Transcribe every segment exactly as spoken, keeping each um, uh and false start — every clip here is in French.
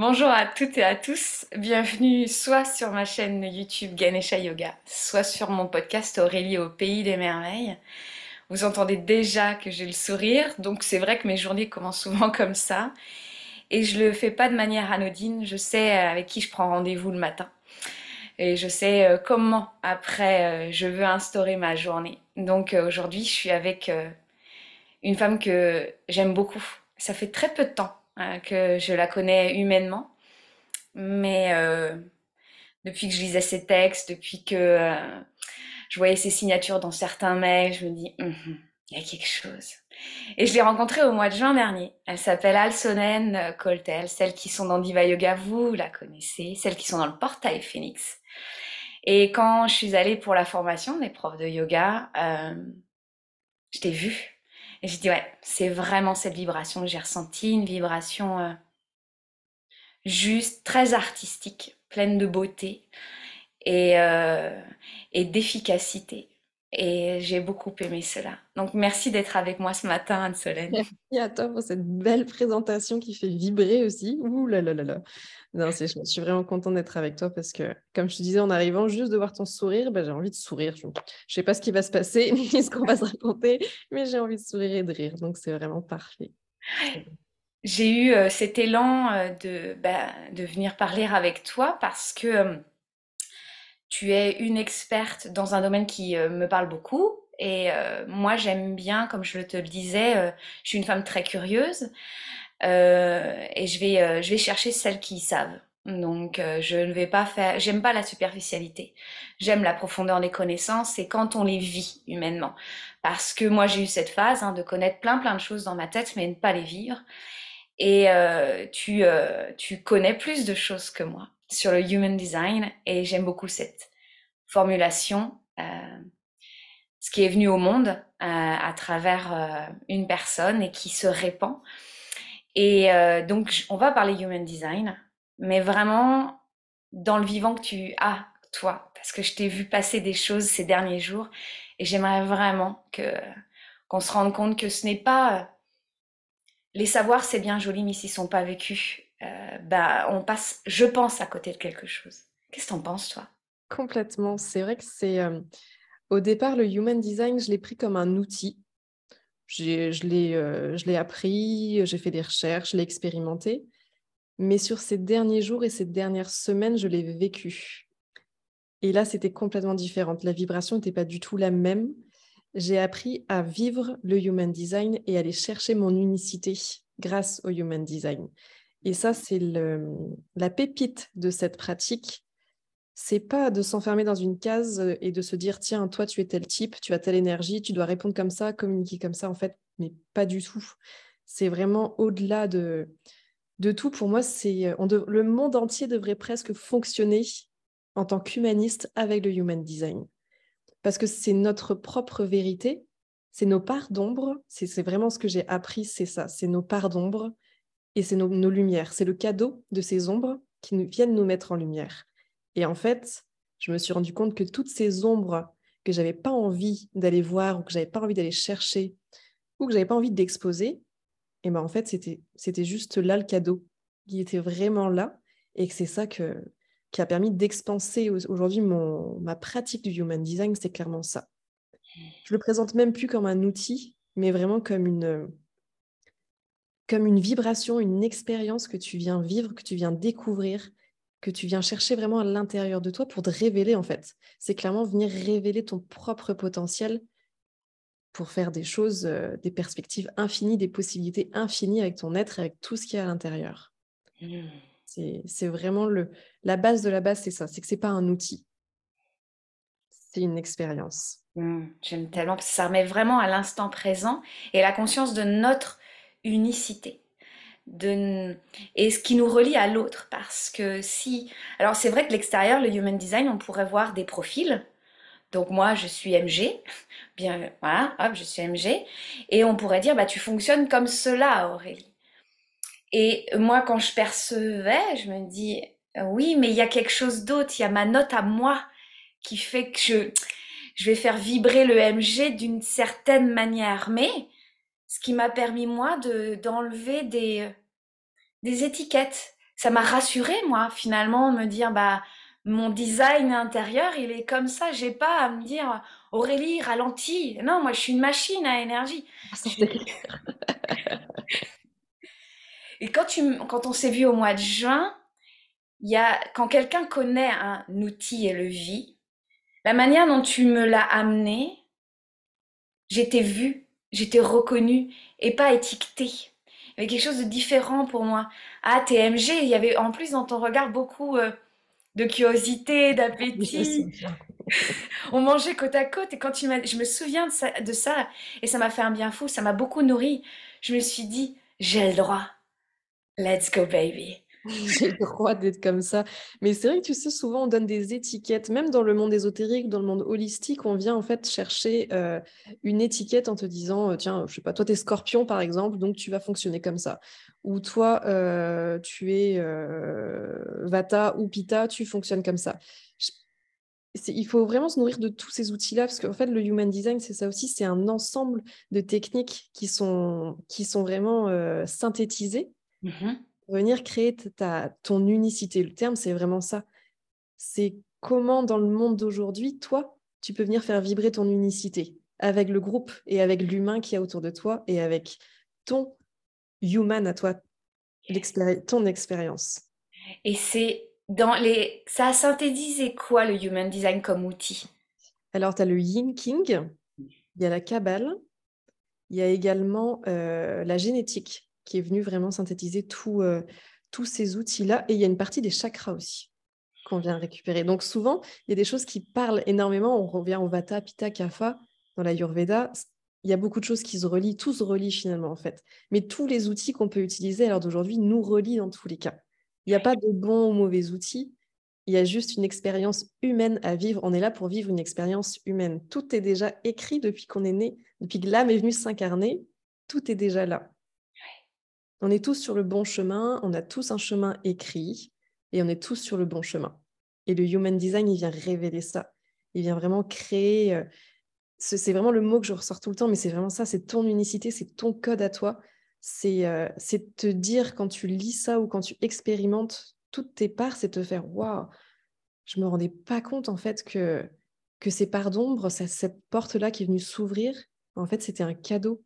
Bonjour à toutes et à tous, bienvenue soit sur ma chaîne YouTube Ganesha Yoga, soit sur mon podcast Aurélie au pays des merveilles. Vous entendez déjà que j'ai le sourire, donc c'est vrai que mes journées commencent souvent comme ça. Et je le fais pas de manière anodine, je sais avec qui je prends rendez-vous le matin. Et je sais euh, comment après euh, je veux instaurer ma journée. Donc euh, aujourd'hui je suis avec euh, une femme que j'aime beaucoup. Ça fait très peu de temps euh, que je la connais humainement. Mais euh, depuis que je lisais ses textes, depuis que euh, je voyais ses signatures dans certains mails, je me dis, hum, il y a quelque chose. Et je l'ai rencontrée au mois de juin dernier. Elle s'appelle Alsonen Coltel. Celles qui sont dans Diva Yoga, vous la connaissez. Celles qui sont dans le portail Phoenix. Et quand je suis allée pour la formation des profs de yoga, euh, je t'ai vue. Et j'ai dit, ouais, c'est vraiment cette vibration que j'ai ressentie, une vibration euh, juste, très artistique, pleine de beauté et, euh, et d'efficacité. Et j'ai beaucoup aimé cela. Donc merci d'être avec moi ce matin, Anne-Solène. Merci à toi pour cette belle présentation qui fait vibrer aussi. Ouh là là là là. Non, c'est chouette. Je suis vraiment contente d'être avec toi parce que, comme je te disais en arrivant, juste de voir ton sourire, bah, j'ai envie de sourire. Je ne sais pas ce qui va se passer, ni ce qu'on va se raconter, mais j'ai envie de sourire et de rire. Donc, c'est vraiment parfait. Trop bien. J'ai eu euh, cet élan euh, de, bah, de venir parler avec toi parce que euh, tu es une experte dans un domaine qui euh, me parle beaucoup. Et euh, moi, j'aime bien, comme je te le disais, euh, je suis une femme très curieuse. Euh, et je vais, euh, je vais chercher celles qui savent. Donc, euh, je ne vais pas faire. J'aime pas la superficialité. J'aime la profondeur des connaissances et quand on les vit humainement. Parce que moi, j'ai eu cette phase hein, de connaître plein, plein de choses dans ma tête, mais ne pas les vivre. Et euh, tu, euh, tu connais plus de choses que moi sur le human design et j'aime beaucoup cette formulation, euh, ce qui est venu au monde euh, à travers euh, une personne et qui se répand. Et euh, donc, on va parler human design, mais vraiment dans le vivant que tu as, toi, parce que je t'ai vu passer des choses ces derniers jours et j'aimerais vraiment que qu'on se rende compte que ce n'est pas les savoirs, c'est bien joli, mais s'ils sont pas vécus, euh, bah on passe, je pense, à côté de quelque chose. Qu'est-ce que t'en penses, toi? Complètement. C'est vrai que c'est. Euh, au départ, le Human Design, je l'ai pris comme un outil. J'ai, je l'ai, euh, je l'ai appris, j'ai fait des recherches, je l'ai expérimenté. Mais sur ces derniers jours et ces dernières semaines, je l'ai vécu. Et là, c'était complètement différent. La vibration n'était pas du tout la même. J'ai appris à vivre le Human Design et aller chercher mon unicité grâce au Human Design. Et ça, c'est le, la pépite de cette pratique. C'est pas de s'enfermer dans une case et de se dire, tiens, toi, tu es tel type, tu as telle énergie, tu dois répondre comme ça, communiquer comme ça, en fait, mais pas du tout. C'est vraiment au-delà de, de tout. Pour moi, c'est on de, le monde entier devrait presque fonctionner en tant qu'humaniste avec le Human Design. Parce que c'est notre propre vérité, c'est nos parts d'ombre, c'est, c'est vraiment ce que j'ai appris, c'est ça, c'est nos parts d'ombre et c'est nos, nos lumières. C'est le cadeau de ces ombres qui nous, viennent nous mettre en lumière. Et en fait, je me suis rendu compte que toutes ces ombres que j'avais pas envie d'aller voir ou que j'avais pas envie d'aller chercher ou que j'avais pas envie d'exposer, et ben en fait, c'était, c'était juste là le cadeau. Il était vraiment là. Et que c'est ça que, qui a permis d'expanser aujourd'hui mon, ma pratique du Human Design, c'est clairement ça. Je le présente même plus comme un outil, mais vraiment comme une, comme une vibration, une expérience que tu viens vivre, que tu viens découvrir, que tu viens chercher vraiment à l'intérieur de toi pour te révéler en fait. C'est clairement venir révéler ton propre potentiel pour faire des choses, euh, des perspectives infinies, des possibilités infinies avec ton être, avec tout ce qu'il y a à l'intérieur. Hmm. C'est, c'est vraiment le, la base de la base, c'est ça, c'est que c'est pas un outil, c'est une expérience. Hmm, j'aime tellement parce que ça remet vraiment à l'instant présent et la conscience de notre unicité. De... Et ce qui nous relie à l'autre. Parce que si... Alors c'est vrai que l'extérieur, le human design, on pourrait voir des profils. Donc moi, je suis M G. Bien, voilà, hop, je suis M G. Et on pourrait dire, bah tu fonctionnes comme cela, Aurélie. Et moi, quand je percevais, je me dis, euh, oui, mais il y a quelque chose d'autre, il y a ma note à moi qui fait que je, je vais faire vibrer le M G d'une certaine manière. Mais ce qui m'a permis, moi, de, d'enlever des, des étiquettes. ça m'a rassurée, moi, finalement, de me dire, bah, mon design intérieur, il est comme ça. J'ai pas à me dire, Aurélie, ralentis. Non, moi, je suis une machine à énergie. Ça, Je c'est suis- clair. Et quand tu, m- quand on s'est vu au mois de juin, il y a, quand quelqu'un connaît un outil et le vit, la manière dont tu me l'as amené, j'étais vue, j'étais reconnue et pas étiquetée. Il y avait quelque chose de différent pour moi. Ah, T M G, il y avait en plus dans ton regard beaucoup euh, de curiosité, Oui, je me d'appétit. souviens. On mangeait côte à côte et quand tu m'as, je me souviens de ça, de ça et ça m'a fait un bien fou, ça m'a beaucoup nourri. Je me suis dit, j'ai le droit. Let's go, baby. J'ai le droit d'être comme ça. Mais c'est vrai que tu sais, souvent on donne des étiquettes, même dans le monde ésotérique, dans le monde holistique, on vient en fait chercher euh, une étiquette en te disant, euh, tiens, je sais pas, toi t'es scorpion par exemple, donc tu vas fonctionner comme ça. Ou toi, euh, tu es euh, Vata ou Pitta, tu fonctionnes comme ça. Je- c'est- Il faut vraiment se nourrir de tous ces outils-là, parce qu'en fait, le Human Design, c'est ça aussi, c'est un ensemble de techniques qui sont, qui sont vraiment euh, synthétisées Mhm. venir créer ta, ton unicité. Le terme, c'est vraiment ça. C'est comment, dans le monde d'aujourd'hui, toi, tu peux venir faire vibrer ton unicité avec le groupe et avec l'humain qui est autour de toi et avec ton human à toi, l'expéri- ton expérience. Et c'est dans les, ça a synthétisé quoi le Human Design comme outil? Alors, tu as le Yin King, il y a la Kabbale, il y a également euh, la génétique qui est venue vraiment synthétiser tout, euh, tous ces outils-là. Et il y a une partie des chakras aussi qu'on vient récupérer. Donc souvent, il y a des choses qui parlent énormément. On revient au Vata, Pitta, Kapha dans l'Ayurveda. Il y a beaucoup de choses qui se relient, tout se relie finalement en fait. Mais tous les outils qu'on peut utiliser à l'heure d'aujourd'hui nous relient dans tous les cas. Il n'y a pas de bons ou mauvais outils. Il y a juste une expérience humaine à vivre. On est là pour vivre une expérience humaine. Tout est déjà écrit depuis qu'on est né, depuis que l'âme est venue s'incarner. Tout est déjà là. On est tous sur le bon chemin, on a tous un chemin écrit et on est tous sur le bon chemin. Et le Human Design, il vient révéler ça. Il vient vraiment créer... euh, ce- c'est vraiment le mot que je ressors tout le temps, mais c'est vraiment ça, c'est ton unicité, c'est ton code à toi. C'est euh, c'est te dire quand tu lis ça ou quand tu expérimentes toutes tes parts, c'est te faire waouh, je me rendais pas compte en fait que, que ces parts d'ombre, ça- cette porte-là qui est venue s'ouvrir, en fait, c'était un cadeau.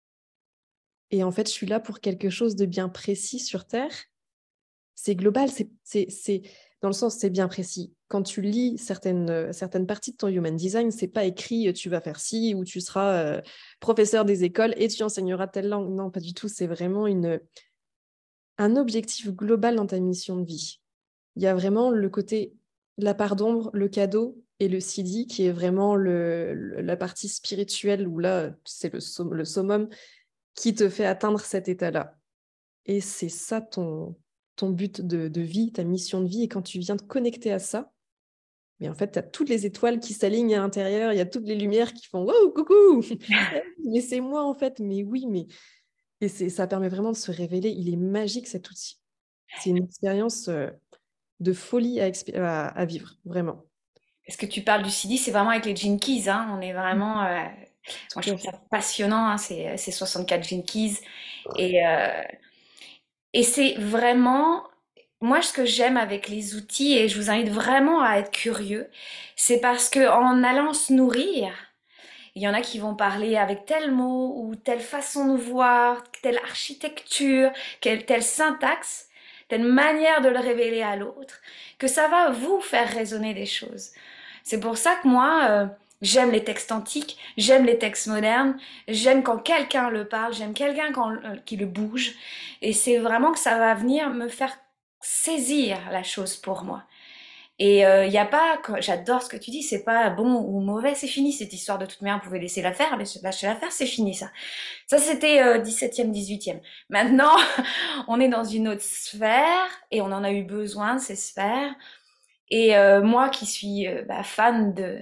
Et en fait, je suis là pour quelque chose de bien précis sur Terre. C'est global, c'est, c'est, c'est, dans le sens, c'est bien précis. Quand tu lis certaines, euh, certaines parties de ton Human Design, c'est pas écrit euh, tu vas faire ci ou tu seras euh, professeur des écoles et tu enseigneras telle langue. Non, pas du tout. C'est vraiment une, un objectif global dans ta mission de vie. Il y a vraiment le côté, la part d'ombre, le cadeau et le Siddhi qui est vraiment le, le- la partie spirituelle où là, c'est le, som- le summum qui te fait atteindre cet état-là. Et c'est ça ton, ton but de, de vie, ta mission de vie. Et quand tu viens te connecter à ça, mais en fait, tu as toutes les étoiles qui s'alignent à l'intérieur, il y a toutes les lumières qui font wow, coucou! Mais c'est moi en fait, mais oui, mais. Et c'est, ça permet vraiment de se révéler. Il est magique cet outil. C'est une expérience euh, de folie à, expé- à, à vivre, vraiment. Est-ce que tu parles du C D? C'est vraiment avec les Jinkies, hein. On est vraiment. euh, Moi, je Tout à trouve ça fait. passionnant, hein, ces, ces soixante-quatre Jinkies. Et, euh, et c'est vraiment. Moi, ce que j'aime avec les outils, et je vous invite vraiment à être curieux, c'est parce que en allant se nourrir, il y en a qui vont parler avec tel mot ou telle façon de voir, telle architecture, quelle, telle syntaxe, telle manière de le révéler à l'autre, que ça va vous faire résonner des choses. C'est pour ça que moi, euh, j'aime les textes antiques, j'aime les textes modernes, j'aime quand quelqu'un le parle, j'aime quelqu'un quand, euh, qui le bouge. Et c'est vraiment que ça va venir me faire saisir la chose pour moi. Et il euh, y a pas, j'adore ce que tu dis, c'est pas bon ou mauvais, c'est fini cette histoire de toute manière, on pouvait laisser la faire, lâcher la faire, c'est fini ça. Ça c'était euh, dix-septième, dix-huitième. Maintenant, on est dans une autre sphère et on en a eu besoin de ces sphères. Et euh, moi qui suis euh, bah, fan de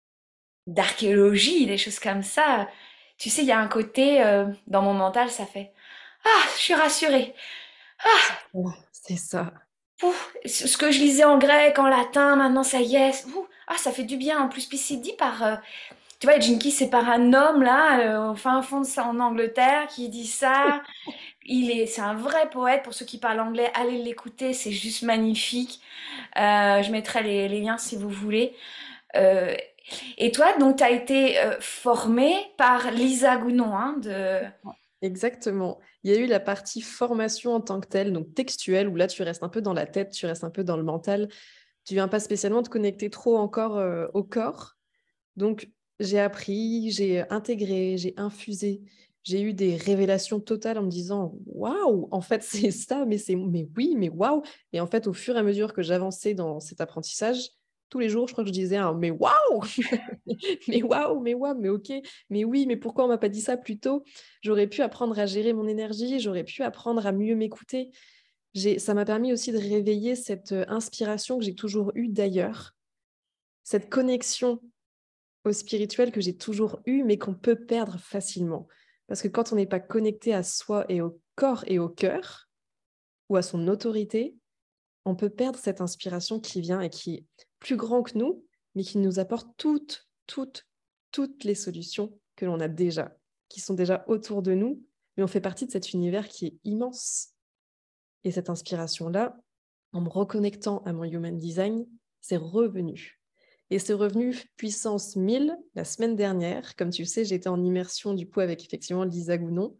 d'archéologie, des choses comme ça, tu sais, il y a un côté euh, dans mon mental, ça fait ah, je suis rassurée. C'est ça. C'est ça. Ouf, ce que je lisais en grec, en latin, maintenant ça y est. Ouh, ah, ça fait du bien en plus. Puis c'est dit par, euh, tu vois, Jinky, c'est par un homme là, euh, au fin fond de ça en Angleterre, qui dit ça. Il est, c'est un vrai poète. Pour ceux qui parlent anglais, allez l'écouter, c'est juste magnifique. Euh, je mettrai les, les liens si vous voulez. Euh, et toi, donc, tu as été euh, formée par Lisa Gounon, hein, de... Exactement. Il y a eu la partie formation en tant que telle, donc textuelle, où là, tu restes un peu dans la tête, tu restes un peu dans le mental. Tu viens pas spécialement te connecter trop encore euh, au corps. Donc, j'ai appris, j'ai intégré, j'ai infusé. J'ai eu des révélations totales en me disant waouh, en fait, c'est ça, mais c'est mais oui, mais waouh. Et en fait, au fur et à mesure que j'avançais dans cet apprentissage, tous les jours, je crois que je disais un mais waouh, mais waouh, mais waouh, mais ok, mais oui, mais pourquoi on m'a pas dit ça plus tôt? J'aurais pu apprendre à gérer mon énergie, j'aurais pu apprendre à mieux m'écouter. J'ai, ça m'a permis aussi de réveiller cette euh, inspiration que j'ai toujours eue d'ailleurs, cette connexion au spirituel que j'ai toujours eue, mais qu'on peut perdre facilement. Parce que quand on n'est pas connecté à soi et au corps et au cœur, ou à son autorité, on peut perdre cette inspiration qui vient et qui est plus grand que nous, mais qui nous apporte toutes, toutes, toutes les solutions que l'on a déjà, qui sont déjà autour de nous, mais on fait partie de cet univers qui est immense. Et cette inspiration-là, en me reconnectant à mon Human Design, c'est revenu. Et c'est revenu puissance mille la semaine dernière. Comme tu le sais, j'étais en immersion du coup avec effectivement Lisa Gounon.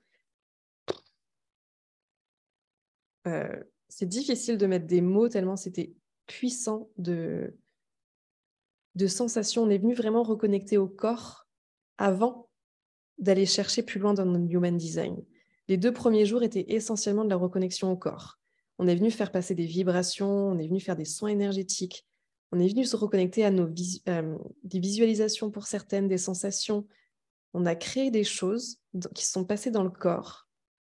Euh, c'est difficile de mettre des mots tellement c'était puissant de, de sensations. On est venu vraiment reconnecter au corps avant d'aller chercher plus loin dans notre Human Design. Les deux premiers jours étaient essentiellement de la reconnexion au corps. On est venu faire passer des vibrations, on est venu faire des soins énergétiques, on est venu se reconnecter à nos vis- euh, des visualisations pour certaines, des sensations. On a créé des choses qui se sont passées dans le corps.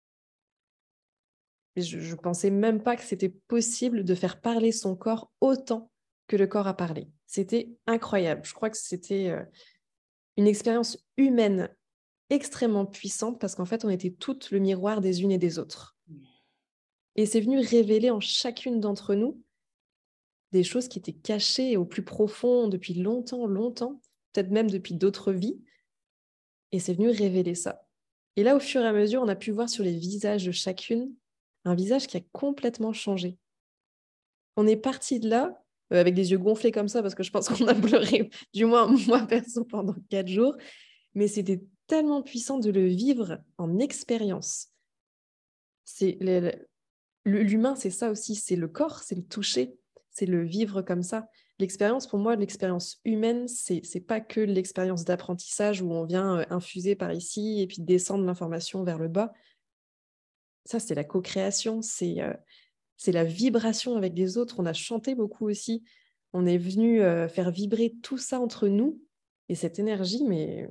Et je ne pensais même pas que c'était possible de faire parler son corps autant que le corps a parlé. C'était incroyable. Je crois que c'était euh, une expérience humaine extrêmement puissante parce qu'en fait, on était toutes le miroir des unes et des autres. Et c'est venu révéler en chacune d'entre nous des choses qui étaient cachées au plus profond depuis longtemps, longtemps, peut-être même depuis d'autres vies. Et c'est venu révéler ça. Et là, au fur et à mesure, on a pu voir sur les visages de chacune un visage qui a complètement changé. On est parti de là euh, avec des yeux gonflés comme ça parce que je pense qu'on a pleuré, du moins moi perso, pendant quatre jours. Mais c'était tellement puissant de le vivre en expérience. C'est l'humain, c'est ça aussi, c'est le corps, c'est le toucher, c'est le vivre comme ça. L'expérience, pour moi, l'expérience humaine, c'est c'est pas que l'expérience d'apprentissage où on vient euh, infuser par ici et puis descendre l'information vers le bas. Ça, c'est la co-création, c'est euh, c'est la vibration avec les autres. On a chanté beaucoup aussi. On est venu euh, faire vibrer tout ça entre nous. Et cette énergie, mais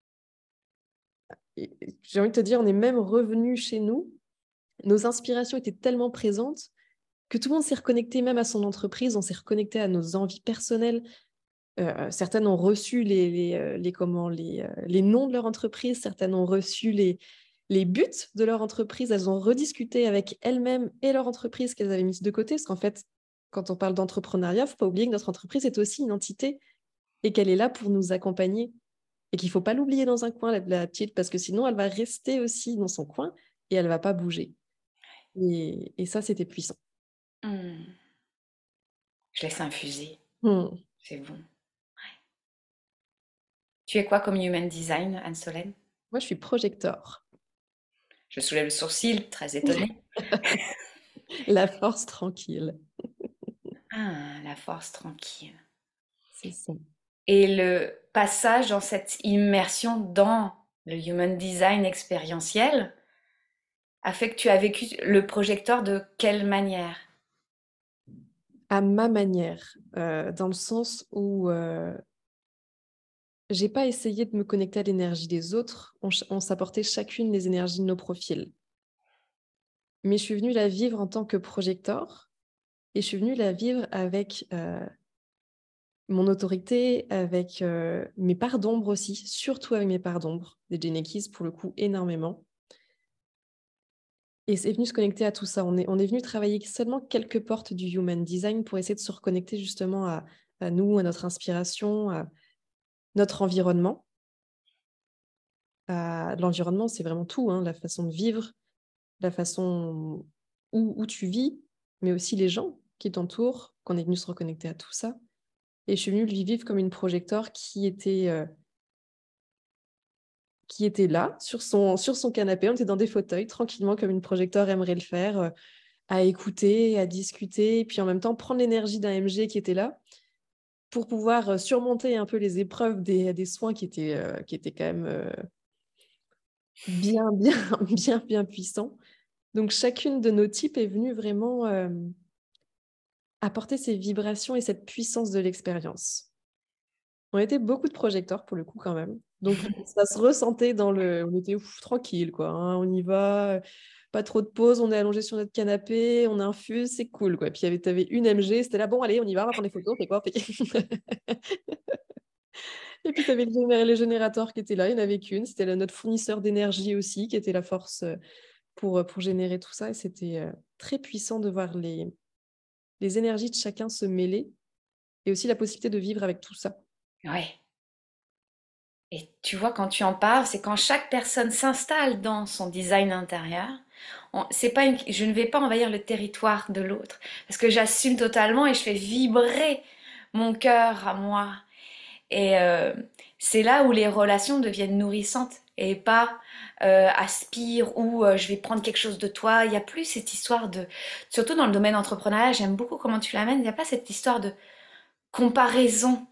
j'ai envie de te dire, on est même revenu chez nous. Nos inspirations étaient tellement présentes que tout le monde s'est reconnecté même à son entreprise, on s'est reconnecté à nos envies personnelles. Euh, certaines ont reçu les, les, euh, les, comment, les, euh, les noms de leur entreprise, certaines ont reçu les, les buts de leur entreprise, elles ont rediscuté avec elles-mêmes et leur entreprise qu'elles avaient mise de côté, parce qu'en fait, quand on parle d'entrepreneuriat, il ne faut pas oublier que notre entreprise est aussi une entité et qu'elle est là pour nous accompagner et qu'il ne faut pas l'oublier dans un coin, la, la petite, parce que sinon, elle va rester aussi dans son coin et elle ne va pas bouger. Et, et ça, c'était puissant. Hmm. Je laisse infuser. Hmm. C'est bon. Tu es quoi comme human design, Anne-Solène? Moi, je suis projecteur. Je soulève le sourcil, très étonnée. La force tranquille. Ah, la force tranquille. C'est ça. Et le passage dans cette immersion dans le human design expérientiel a fait que tu as vécu le projecteur de quelle manière? À ma manière, euh, dans le sens où euh, j'ai pas essayé de me connecter à l'énergie des autres, on, ch- on s'apportait chacune les énergies de nos profils. Mais je suis venue la vivre en tant que projecteur et je suis venue la vivre avec euh, mon autorité, avec euh, mes parts d'ombre aussi, surtout avec mes parts d'ombre, des Gene Keys pour le coup énormément. Et c'est venu se connecter à tout ça. On est, on est venu travailler seulement quelques portes du Human Design pour essayer de se reconnecter justement à, à nous, à notre inspiration, à notre environnement. À... L'environnement, c'est vraiment tout, hein, la façon de vivre, la façon où, où tu vis, mais aussi les gens qui t'entourent, qu'on est venu se reconnecter à tout ça. Et je suis venue le vivre comme une projecteur qui était, euh, qui était là, sur son, sur son canapé. On était dans des fauteuils, tranquillement, comme une projecteur aimerait le faire, euh, à écouter, à discuter, et puis en même temps prendre l'énergie d'un M G qui était là pour pouvoir euh, surmonter un peu les épreuves des, des soins qui étaient, euh, qui étaient quand même euh, bien, bien, bien, bien puissants. Donc chacune de nos types est venue vraiment euh, apporter ces vibrations et cette puissance de l'expérience. On était beaucoup de projecteurs pour le coup quand même. Donc ça se ressentait dans le... On était ouf, tranquille quoi, hein, on y va, pas trop de pause, on est allongé sur notre canapé, on infuse, c'est cool quoi. Puis tu avais une M G, c'était là, bon allez, on y va, on va prendre des photos, on fait quoi, on fait... Et puis tu avais les générateurs qui étaient là, il n'y en avait qu'une, c'était là, notre fournisseur d'énergie aussi, qui était la force euh, pour, euh, pour générer tout ça. Et c'était euh, très puissant de voir les, les énergies de chacun se mêler et aussi la possibilité de vivre avec tout ça. Ouais. Et tu vois, quand tu en parles, c'est quand chaque personne s'installe dans son design intérieur. On- c'est pas une- je ne vais pas envahir le territoire de l'autre parce que j'assume totalement et je fais vibrer mon cœur à moi. Et euh, c'est là où les relations deviennent nourrissantes et pas euh, aspire ou euh, je vais prendre quelque chose de toi. Il n'y a plus cette histoire de, surtout dans le domaine entrepreneurial, j'aime beaucoup comment tu l'amènes. Il n'y a pas cette histoire de comparaison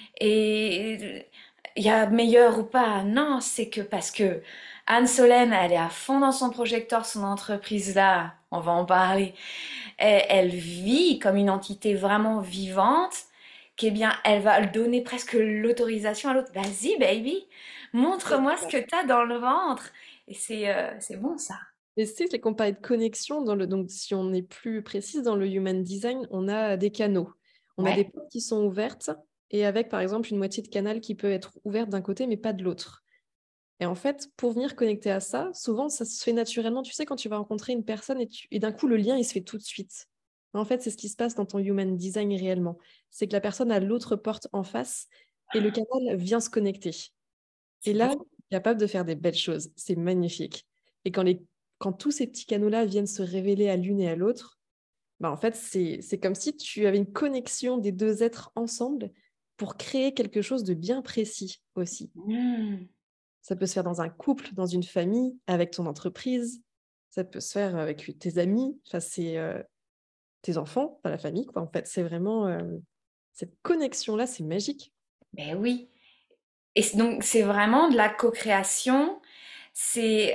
et il y a meilleur ou pas. Non, c'est que parce que Anne Solène, elle est à fond dans son projecteur, son entreprise là, on va en parler. Elle, elle vit comme une entité vraiment vivante, qu'eh bien, elle va donner presque l'autorisation à l'autre. Vas-y, baby, montre-moi ce que t'as dans le ventre. Et c'est euh, c'est bon ça. Et c'est les qu'on parlait de connexion, dans le, donc si on est plus précise dans le human design, on a des canaux. On a des Ouais. portes qui sont ouvertes et avec par exemple une moitié de canal qui peut être ouverte d'un côté mais pas de l'autre. Et en fait, pour venir connecter à ça, souvent ça se fait naturellement. Tu sais, quand tu vas rencontrer une personne et, tu- et d'un coup le lien il se fait tout de suite. En fait, c'est ce qui se passe dans ton human design réellement. C'est que la personne a l'autre porte en face et le canal vient se connecter. Et C'est là, beau. capable de faire des belles choses. C'est magnifique. Et quand, les, quand tous ces petits canaux-là viennent se révéler à l'une et à l'autre, bah en fait, c'est, c'est comme si tu avais une connexion des deux êtres ensemble pour créer quelque chose de bien précis aussi. Hmm. Ça peut se faire dans un couple, dans une famille, avec ton entreprise. Ça peut se faire avec tes amis, enfin, c'est euh, tes enfants, pas la famille, quoi. En fait, c'est vraiment euh, cette connexion-là, c'est magique. Ben oui. Et c- donc c'est vraiment de la co-création. C'est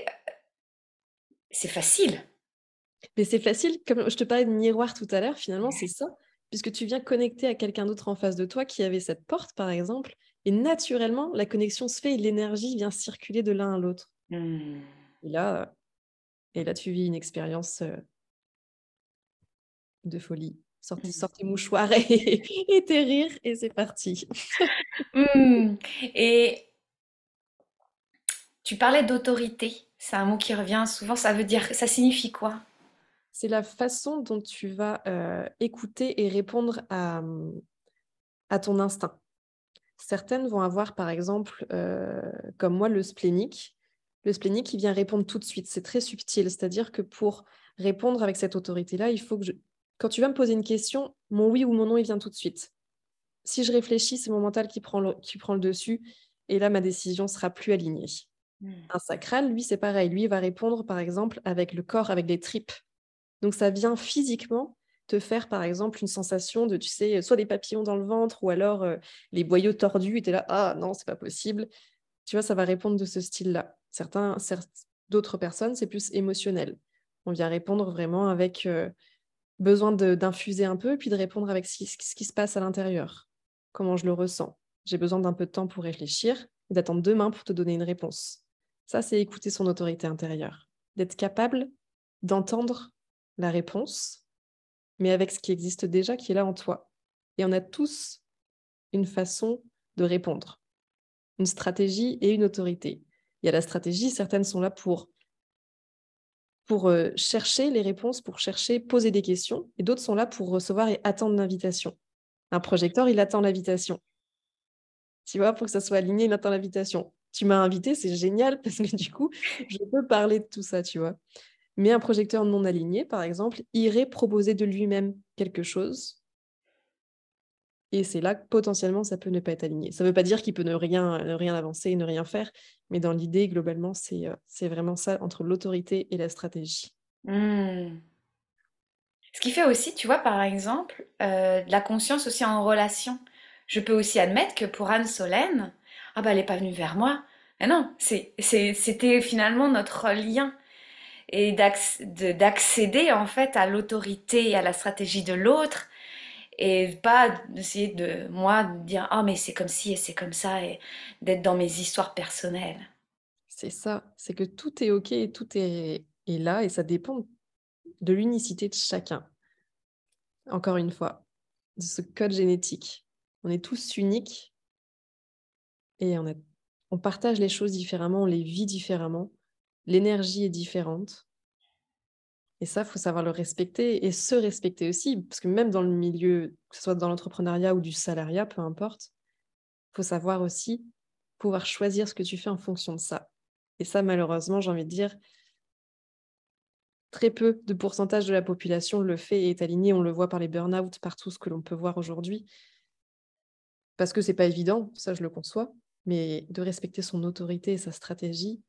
c'est facile. Mais c'est facile, comme je te parlais de miroir tout à l'heure, finalement, c'est ça, puisque tu viens connecter à quelqu'un d'autre en face de toi qui avait cette porte, par exemple, et naturellement, la connexion se fait et l'énergie vient circuler de l'un à l'autre. Hmm. Et là, euh, et là, tu vis une expérience euh, de folie. Sortez, sortez mouchoir et, et tes rires, et c'est parti. Hmm. Et tu parlais d'autorité. C'est un mot qui revient souvent. Ça veut dire, ça signifie quoi? C'est la façon dont tu vas euh, écouter et répondre à, à ton instinct. Certaines vont avoir, par exemple, euh, comme moi, le splénique. Le splénique, il vient répondre tout de suite. C'est très subtil. C'est-à-dire que pour répondre avec cette autorité-là, il faut que je... Quand tu vas me poser une question, mon oui ou mon non, il vient tout de suite. Si je réfléchis, c'est mon mental qui prend le, qui prend le dessus. Et là, ma décision sera plus alignée. Hmm. Un sacral, lui, c'est pareil. Lui, il va répondre, par exemple, avec le corps, avec les tripes. Donc, ça vient physiquement te faire, par exemple, une sensation de, tu sais, soit des papillons dans le ventre ou alors euh, les boyaux tordus. Et tu es là, ah non, c'est pas possible. Tu vois, ça va répondre de ce style-là. Certains, certes, d'autres personnes, c'est plus émotionnel. On vient répondre vraiment avec euh, besoin de- d'infuser un peu et puis de répondre avec ce qui, ce qui se passe à l'intérieur. Comment je le ressens. J'ai besoin d'un peu de temps pour réfléchir et d'attendre demain pour te donner une réponse. Ça, c'est écouter son autorité intérieure. D'être capable d'entendre la réponse, mais avec ce qui existe déjà, qui est là en toi. Et on a tous une façon de répondre, une stratégie et une autorité. Il y a la stratégie, certaines sont là pour, pour euh, chercher les réponses, pour chercher, poser des questions, et d'autres sont là pour recevoir et attendre l'invitation. Un projecteur, il attend l'invitation. Tu vois, pour que ça soit aligné, il attend l'invitation. Tu m'as invité, c'est génial parce que du coup, je peux parler de tout ça, tu vois. Mais un projecteur non aligné, par exemple, irait proposer de lui-même quelque chose. Et c'est là que potentiellement, ça peut ne pas être aligné. Ça ne veut pas dire qu'il peut ne rien, ne rien avancer, ne rien faire. Mais dans l'idée, globalement, c'est, euh, c'est vraiment ça entre l'autorité et la stratégie. Hmm. Ce qui fait aussi, tu vois, par exemple, euh, de la conscience aussi en relation. Je peux aussi admettre que pour Anne Solène, ah bah elle n'est pas venue vers moi. Mais non, c'est, c'est, c'était finalement notre lien. Et d'acc- de- d'accéder en fait à l'autorité et à la stratégie de l'autre et pas d'essayer de moi de dire ah mais c'est comme ci et c'est comme ça et d'être dans mes histoires personnelles. C'est ça, c'est que tout est OK et tout est, est là et ça dépend de l'unicité de chacun. Encore une fois, de ce code génétique. On est tous uniques et on, a, on partage les choses différemment, on les vit différemment. L'énergie est différente. Et ça, il faut savoir le respecter et se respecter aussi. Parce que même dans le milieu, que ce soit dans l'entrepreneuriat ou du salariat, peu importe, il faut savoir aussi pouvoir choisir ce que tu fais en fonction de ça. Et ça, malheureusement, j'ai envie de dire, très peu de pourcentage de la population le fait et est aligné. On le voit par les burn-out, par tout ce que l'on peut voir aujourd'hui. Parce que c'est pas évident, ça je le conçois, mais de respecter son autorité et sa stratégie.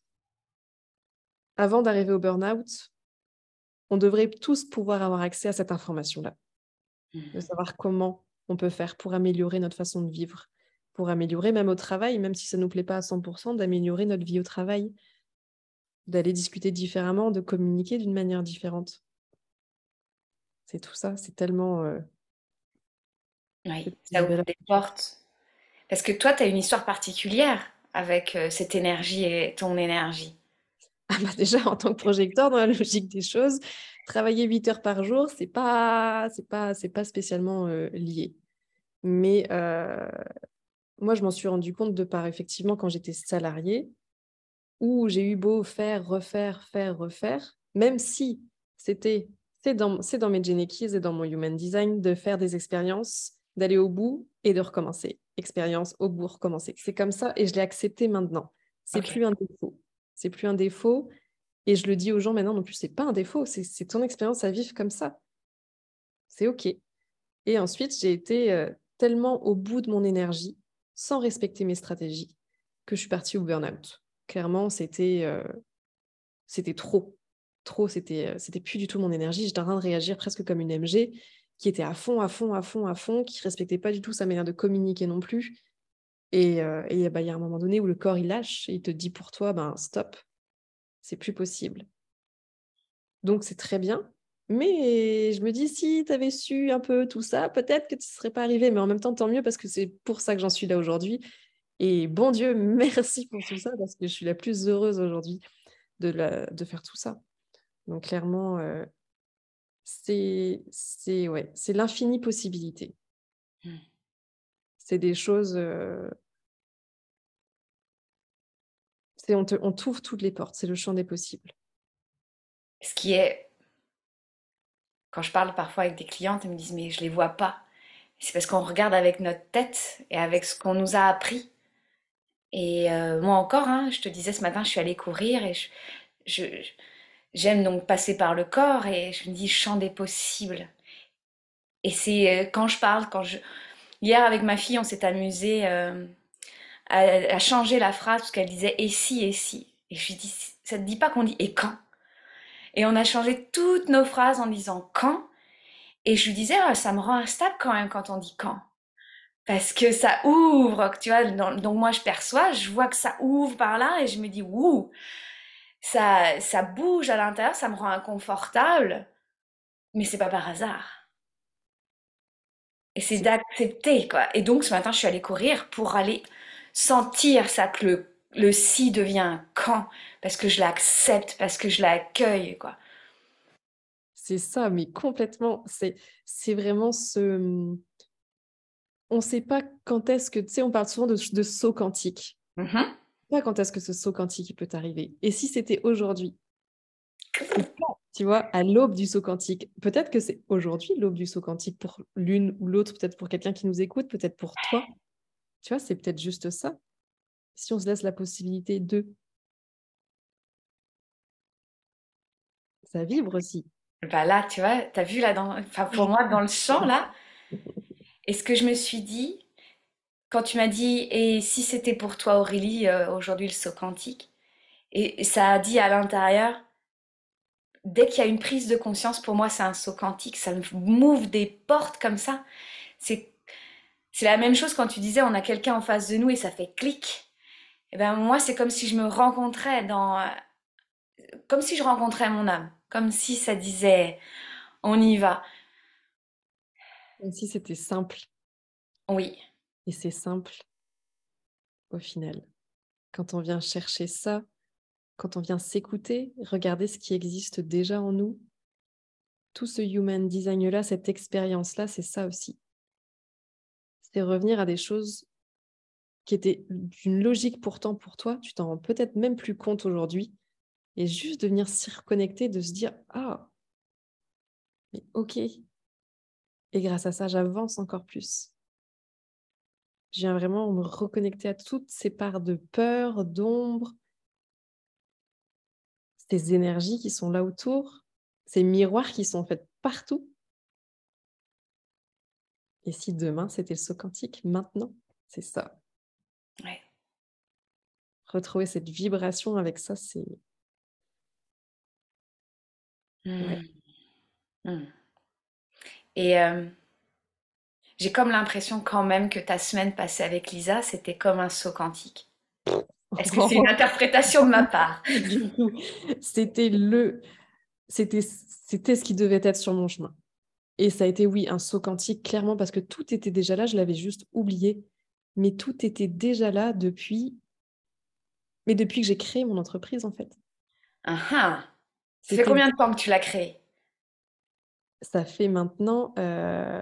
Avant d'arriver au burn-out, on devrait tous pouvoir avoir accès à cette information-là, de savoir comment on peut faire pour améliorer notre façon de vivre, pour améliorer même au travail, même si ça ne nous plaît pas à cent pour cent, d'améliorer notre vie au travail, d'aller discuter différemment, de communiquer d'une manière différente. C'est tout ça, c'est tellement, euh, Oui, c'est ça une ouvre belle des aventure. portes. Parce que toi, tu as une histoire particulière avec euh, cette énergie et ton énergie. Ah bah déjà, en tant que projecteur, dans la logique des choses, travailler huit heures par jour, c'est pas, c'est pas, c'est pas spécialement euh, lié. Mais euh, moi, je m'en suis rendu compte de par, effectivement, quand j'étais salariée, où j'ai eu beau faire, refaire, faire, refaire, même si c'était, c'est dans, c'est dans mes gene keys et dans mon human design de faire des expériences, d'aller au bout et de recommencer. Expérience, au bout, recommencer. C'est comme ça et je l'ai accepté maintenant. C'est Ok. plus un défaut. C'est plus un défaut. Et je le dis aux gens maintenant non plus, c'est pas un défaut, c'est c'est ton expérience à vivre comme ça. C'est OK. Et ensuite, j'ai été euh, tellement au bout de mon énergie, sans respecter mes stratégies, que je suis partie au burn-out. Clairement, c'était euh, c'était trop. Trop, c'était euh, c'était plus du tout mon énergie. J'étais en train de réagir presque comme une M G qui était à fond, à fond, à fond, à fond, qui respectait pas du tout sa manière de communiquer non plus. Et euh, et, bah, il y a un moment donné où le corps, il lâche et il te dit pour toi, ben stop, c'est plus possible. Donc c'est très bien. Mais je me dis, si tu avais su un peu tout ça, peut-être que tu ne serais pas arrivé. Mais en même temps, tant mieux parce que c'est pour ça que j'en suis là aujourd'hui. Et bon Dieu, merci pour tout ça parce que je suis la plus heureuse aujourd'hui de, la, de faire tout ça. Donc clairement, euh, c'est c'est ouais, c'est l'infinie possibilité. C'est des choses, euh, c'est on te, on t'ouvre toutes les portes. C'est le champ des possibles. Ce qui est, quand je parle parfois avec des clientes, elles me disent mais je les vois pas. C'est parce qu'on regarde avec notre tête et avec ce qu'on nous a appris. Et euh, moi encore, hein, je te disais ce matin, je suis allée courir et je, je- j'aime donc passer par le corps et je me dis champ des possibles. Et c'est euh, quand je parle, quand je... Hier avec ma fille, on s'est amusé euh, à, à changer la phrase parce qu'elle disait et si, et si. Et je lui dis, ça te dit pas qu'on dit et quand? Et on a changé toutes nos phrases en disant quand. Et je lui disais, ah, ça me rend instable quand même quand on dit quand. Parce que ça ouvre, tu vois. dans- Donc moi je perçois, je vois que ça ouvre par là et je me dis, ouh, ça, ça bouge à l'intérieur, ça me rend inconfortable. Mais c'est pas par hasard. Et c'est C'est d'accepter, quoi. Et donc ce matin, je suis allée courir pour aller sentir ça, que le, le si devient un quand, parce que je l'accepte, parce que je l'accueille, quoi. c'est ça, mais complètement. C'est c'est vraiment ce. On ne sait pas quand est-ce que, tu sais, on parle souvent de, de saut quantique. Mhm. Pas quand est-ce que ce saut quantique il peut arriver. Et si c'était aujourd'hui, ou quand, tu vois, à l'aube du saut quantique, peut-être que c'est aujourd'hui l'aube du saut quantique pour l'une ou l'autre, peut-être pour quelqu'un qui nous écoute, peut-être pour toi. Tu vois, c'est peut-être juste ça. Si on se laisse la possibilité de. Ça vibre aussi. Bah là, tu vois, t'as vu là, dans... enfin, pour moi, dans le chant, là, et ce que je me suis dit, quand tu m'as dit, et si c'était pour toi, Aurélie, euh, aujourd'hui, le saut quantique, et, et ça a dit à l'intérieur, dès qu'il y a une prise de conscience, pour moi, c'est un saut quantique, ça me m'ouvre des portes comme ça. C'est, c'est la même chose quand tu disais, on a quelqu'un en face de nous et ça fait clic. Et ben moi, c'est comme si je me rencontrais dans, comme si je rencontrais mon âme, comme si ça disait, on y va. Comme si c'était simple. Oui. Et c'est simple au final. Quand on vient chercher ça, quand on vient s'écouter, regarder ce qui existe déjà en nous, tout ce human design-là, cette expérience-là, c'est ça aussi. C'est revenir à des choses qui étaient d'une logique pourtant pour toi, tu t'en rends peut-être même plus compte aujourd'hui, et juste de venir s'y reconnecter, de se dire « Ah, mais ok !» Et grâce à ça, j'avance encore plus. Je viens vraiment me reconnecter à toutes ces parts de peur, d'ombre, ces énergies qui sont là autour, ces miroirs qui sont faits partout. Et si demain, c'était le saut quantique, maintenant, c'est ça. Ouais. Retrouver cette vibration avec ça, c'est... Ouais. Hmm. Hmm. Et euh, j'ai comme l'impression quand même que ta semaine passée avec Lisa, c'était comme un saut quantique. Est-ce que c'est une interprétation de ma part? Du coup, c'était le... C'était... c'était ce qui devait être sur mon chemin. Et ça a été, oui, un saut quantique, clairement, parce que tout était déjà là, je l'avais juste oublié. Mais tout était déjà là depuis... Mais depuis que j'ai créé mon entreprise, en fait. Ah ah. Ça fait C'était... combien de temps que tu l'as créée? Ça fait maintenant euh,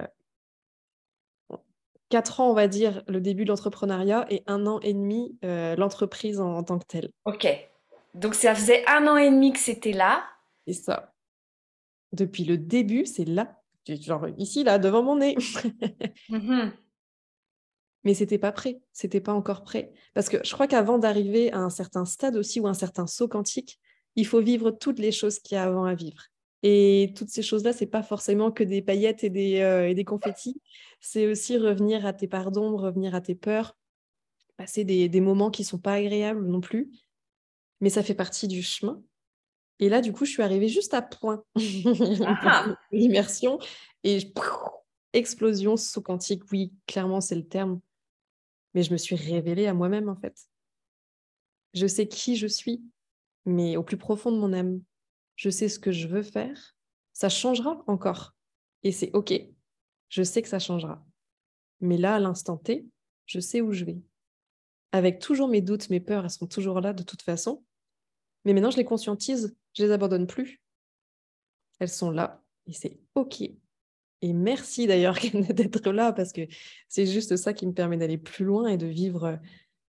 quatre ans, on va dire, le début de l'entrepreneuriat et un an et demi euh, l'entreprise en, en tant que telle. Ok. Donc ça faisait un an et demi que c'était là. Et ça, depuis le début, c'est là, genre ici, là, devant mon nez. Mhm. Mais c'était pas prêt, c'était pas encore prêt. Parce que je crois qu'avant d'arriver à un certain stade aussi ou un certain saut quantique, il faut vivre toutes les choses qu'il y a avant à vivre. Et toutes ces choses-là, c'est pas forcément que des paillettes et des, euh, et des confettis. C'est aussi revenir à tes pardons, revenir à tes peurs, passer des, des moments qui sont pas agréables non plus. Mais ça fait partie du chemin. Et là, du coup, je suis arrivée juste à point Ah pour ah. l'immersion. Et je- explosion saut quantique, oui, clairement, c'est le terme. Mais je me suis révélée à moi-même, en fait. Je sais qui je suis, mais au plus profond de mon âme, je sais ce que je veux faire. Ça changera encore. Et c'est OK. Je sais que ça changera. Mais là, à l'instant T, je sais où je vais. Avec toujours mes doutes, mes peurs, elles sont toujours là de toute façon. Mais maintenant, je les conscientise, je les abandonne plus. Elles sont là et c'est OK. Et merci d'ailleurs d'être là parce que c'est juste ça qui me permet d'aller plus loin et de vivre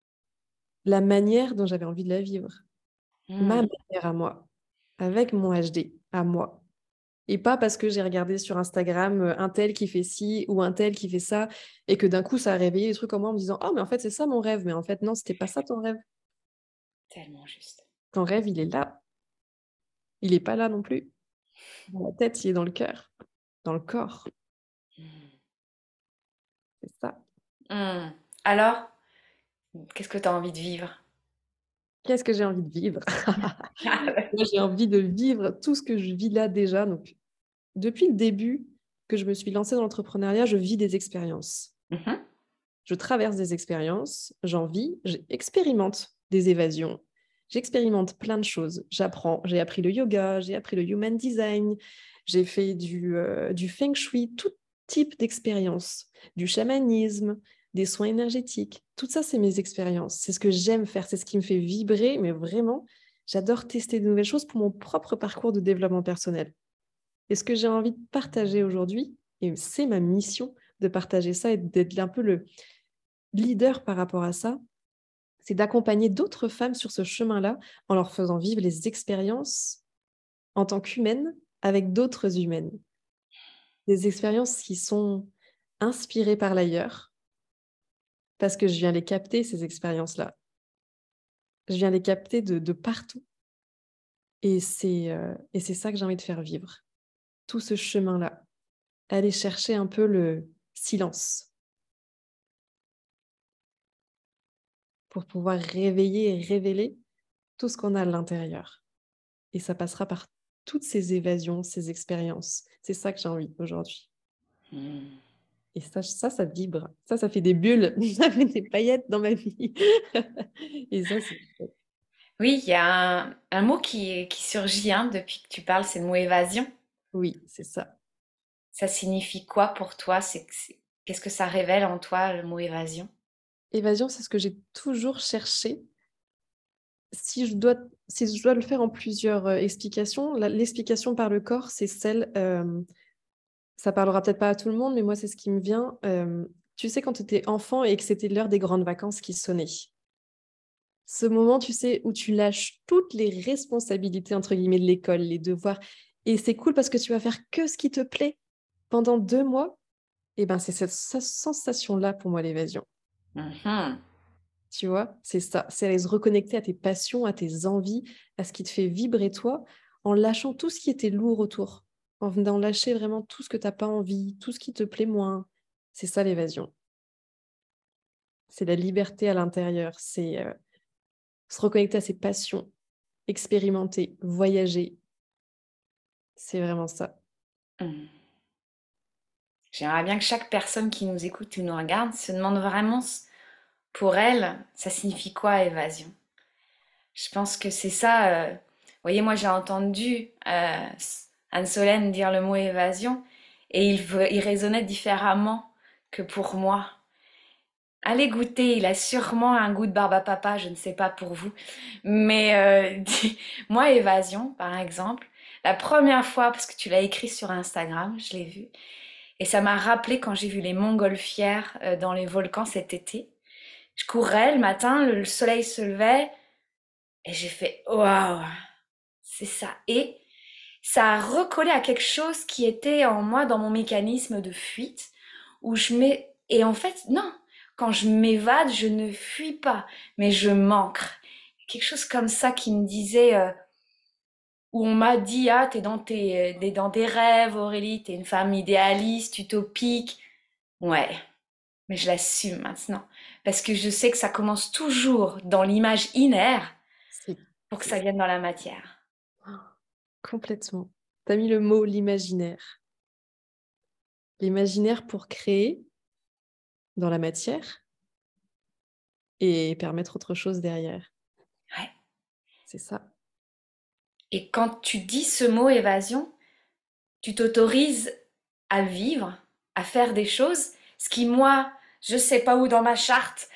la manière dont j'avais envie de la vivre. Ma Hmm. manière à moi, avec mon H D à moi. Et pas parce que j'ai regardé sur Instagram euh, un tel qui fait ci ou un tel qui fait ça et que d'un coup ça a réveillé des trucs en moi en me disant « Oh, mais en fait, c'est ça mon rêve. » Mais en fait, non, c'était pas ça ton rêve. Tellement juste. Ton rêve, il est là. Il est pas là non plus. Dans la tête, il est dans le cœur, dans le corps. Hmm. C'est ça. Hmm. Alors, qu'est-ce que tu as envie de vivre? Qu'est-ce que j'ai envie de vivre? Moi, j'ai envie de vivre tout ce que je vis là déjà. Donc, depuis le début que je me suis lancée dans l'entrepreneuriat, je vis des expériences. Mhm. Je traverse des expériences, j'en vis, j'expérimente des évasions, j'expérimente plein de choses. J'apprends, j'ai appris le yoga, j'ai appris le human design, j'ai fait du, euh, du feng shui, tout type d'expérience, du chamanisme, des soins énergétiques. Tout ça, c'est mes expériences. C'est ce que j'aime faire, c'est ce qui me fait vibrer, mais vraiment, j'adore tester de nouvelles choses pour mon propre parcours de développement personnel. Et ce que j'ai envie de partager aujourd'hui, et c'est ma mission de partager ça et d'être un peu le leader par rapport à ça, c'est d'accompagner d'autres femmes sur ce chemin-là en leur faisant vivre les expériences en tant qu'humaines avec d'autres humaines. Des expériences qui sont inspirées par l'ailleurs parce que je viens les capter, ces expériences-là. Je viens les capter de, de partout. Et c'est, euh, et c'est ça que j'ai envie de faire vivre. Tout ce chemin-là. Aller chercher un peu le silence pour pouvoir réveiller et révéler tout ce qu'on a à l'intérieur. Et ça passera par toutes ces évasions, ces expériences. C'est ça que j'ai envie aujourd'hui. Hmm. Et ça, ça, ça vibre. Ça, ça fait des bulles. Ça fait des paillettes dans ma vie. Et ça, c'est chouette. Oui, il y a un, un mot qui, qui surgit hein, depuis que tu parles, c'est le mot évasion. Oui, c'est ça. Ça signifie quoi pour toi? C'est, c'est- qu'est-ce que ça révèle en toi, le mot évasion? Évasion, c'est ce que j'ai toujours cherché. Si je dois, si je dois le faire en plusieurs euh, explications, la- l'explication par le corps, c'est celle, euh, ça parlera peut-être pas à tout le monde, mais moi, c'est ce qui me vient. Euh, tu sais, quand tu étais enfant et que c'était l'heure des grandes vacances qui sonnait. Ce moment, tu sais, où tu lâches toutes les responsabilités, entre guillemets, de l'école, les devoirs. Et c'est cool parce que tu vas faire que ce qui te plaît pendant deux mois. Et ben, c'est cette sa- sensation-là pour moi, l'évasion. Mhm. Tu vois, c'est ça. C'est aller se reconnecter à tes passions, à tes envies, à ce qui te fait vibrer toi, en lâchant tout ce qui était lourd autour. En venant lâcher vraiment tout ce que tu n'as pas envie, tout ce qui te plaît moins. C'est ça l'évasion. C'est la liberté à l'intérieur. C'est euh, se reconnecter à ses passions, expérimenter, voyager. C'est vraiment ça. Hmm. J'aimerais bien que chaque personne qui nous écoute ou nous regarde se demande vraiment s- pour elle, ça signifie quoi évasion? Je pense que c'est ça. euh, Vous voyez, moi j'ai entendu euh, Anne-Solène dire le mot évasion et il, ve- il résonnait différemment que pour moi. Allez goûter, il a sûrement un goût de barbe à papa, je ne sais pas pour vous. Mais euh, moi, évasion, par exemple, la première fois, parce que tu l'as écrit sur Instagram, je l'ai vu, et ça m'a rappelé quand j'ai vu les montgolfières euh, dans les volcans cet été. Je courais le matin, le soleil se levait, et j'ai fait waouh, c'est ça. Et ça a recollé à quelque chose qui était en moi dans mon mécanisme de fuite, où je mets... Et en fait, non, quand je m'évade, je ne fuis pas, mais je m'ancre. Quelque chose comme ça qui me disait, euh, où on m'a dit, ah, t'es dans tes, t'es dans tes rêves, Aurélie, t'es une femme idéaliste, utopique. Ouais, mais je l'assume maintenant. Parce que je sais que ça commence toujours dans l'image inaire C'est pour que c'est ça ça. vienne dans la matière. Complètement. Tu as mis le mot l'imaginaire. L'imaginaire pour créer dans la matière et permettre autre chose derrière. Ouais. C'est ça. Et quand tu dis ce mot évasion, tu t'autorises à vivre, à faire des choses, ce qui, moi, je sais pas où dans ma charte.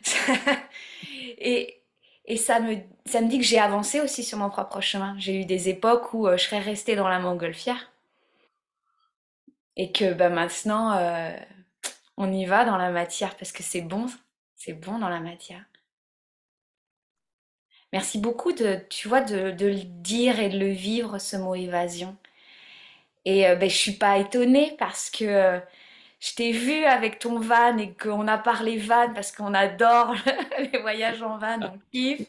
et et ça, me, ça me dit que j'ai avancé aussi sur mon propre chemin. J'ai eu des époques où euh, je serais restée dans la montgolfière et que bah, maintenant, euh, on y va dans la matière parce que c'est bon, c'est bon dans la matière. Merci beaucoup de, tu vois, de, de le dire et de le vivre, ce mot évasion. Et euh, ben, je suis pas étonnée parce que euh, je t'ai vu avec ton van et qu'on a parlé van parce qu'on adore les voyages en van, on kiffe.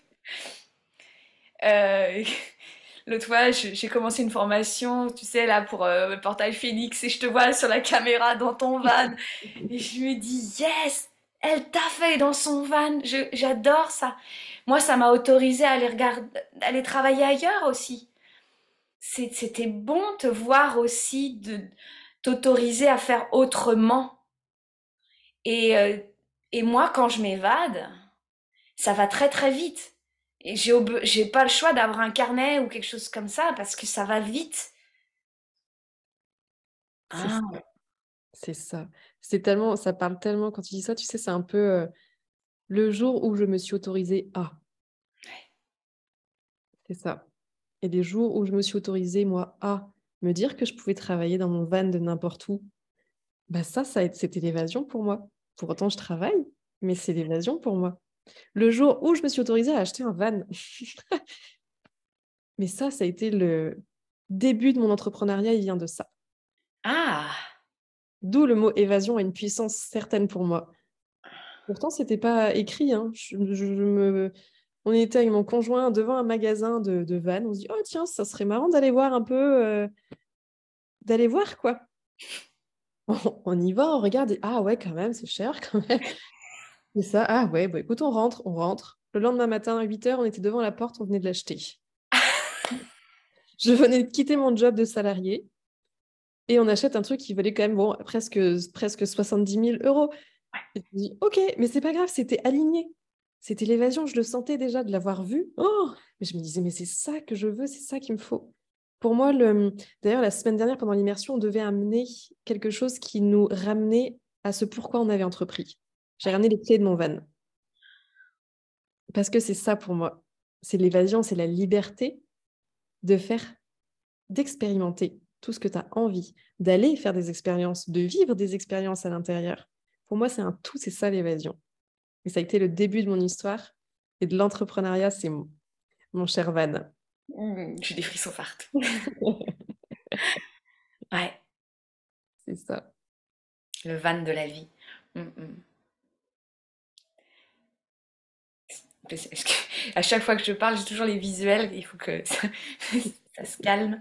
Euh, L'autre fois, je- j'ai commencé une formation, tu sais, là, pour euh, le portail Phoenix et je te vois sur la caméra dans ton van. Et je me dis, yes, elle t'a fait dans son van. Je- j'adore ça. Moi, ça m'a autorisé à aller regarder, à aller travailler ailleurs aussi. C'est- C'était bon de te voir aussi, de t'autoriser à faire autrement. Et, euh, et moi, quand je m'évade, ça va très très vite. Et j'ai ob- j'ai pas le choix d'avoir un carnet ou quelque chose comme ça parce que ça va vite. C'est Ah, ça. C'est ça. C'est tellement, ça parle tellement quand tu dis ça, tu sais, c'est un peu euh, le jour où je me suis autorisée à. C'est ça. Et les jours où je me suis autorisée, moi, à me dire que je pouvais travailler dans mon van de n'importe où, bah ça, ça a été- c'était l'évasion pour moi. Pour autant, je travaille, mais c'est l'évasion pour moi. Le jour où je me suis autorisée à acheter un van, mais ça, ça a été le début de mon entrepreneuriat, il vient de ça. ah, D'où le mot évasion a une puissance certaine pour moi. Pourtant, c'était pas écrit, hein. Je, je- je me On était avec mon conjoint devant un magasin de, de vannes. On se dit, oh tiens, ça serait marrant d'aller voir un peu, euh, d'aller voir quoi. On, on y va, on regarde et ah ouais, quand même, c'est cher quand même. Et ça, ah ouais, bah, écoute, on rentre, on rentre. Le lendemain matin, à huit heures, on était devant la porte, on venait de l'acheter. Je venais de quitter mon job de salarié et on achète un truc qui valait quand même bon, presque, presque soixante-dix mille euros. Et je me dis, ok, mais c'est pas grave, c'était aligné. C'était l'évasion, je le sentais déjà de l'avoir vu. Oh, mais je me disais, mais c'est ça que je veux, c'est ça qu'il me faut. Pour moi, le... d'ailleurs, la semaine dernière, pendant l'immersion, on devait amener quelque chose qui nous ramenait à ce pourquoi on avait entrepris. J'ai ramené les clés de mon van. Parce que c'est ça pour moi. C'est l'évasion, c'est la liberté de faire, d'expérimenter tout ce que tu as envie, d'aller faire des expériences, de vivre des expériences à l'intérieur. Pour moi, c'est un tout, c'est ça l'évasion. Et ça a été le début de mon histoire. Et de l'entrepreneuriat, c'est mon, mon cher Van. Mmh, j'ai des frissons partout. Ouais, C'est ça. le van de la vie. Mmh, mmh. Parce que à chaque fois que je parle, j'ai toujours les visuels. Il faut que ça, ça se calme.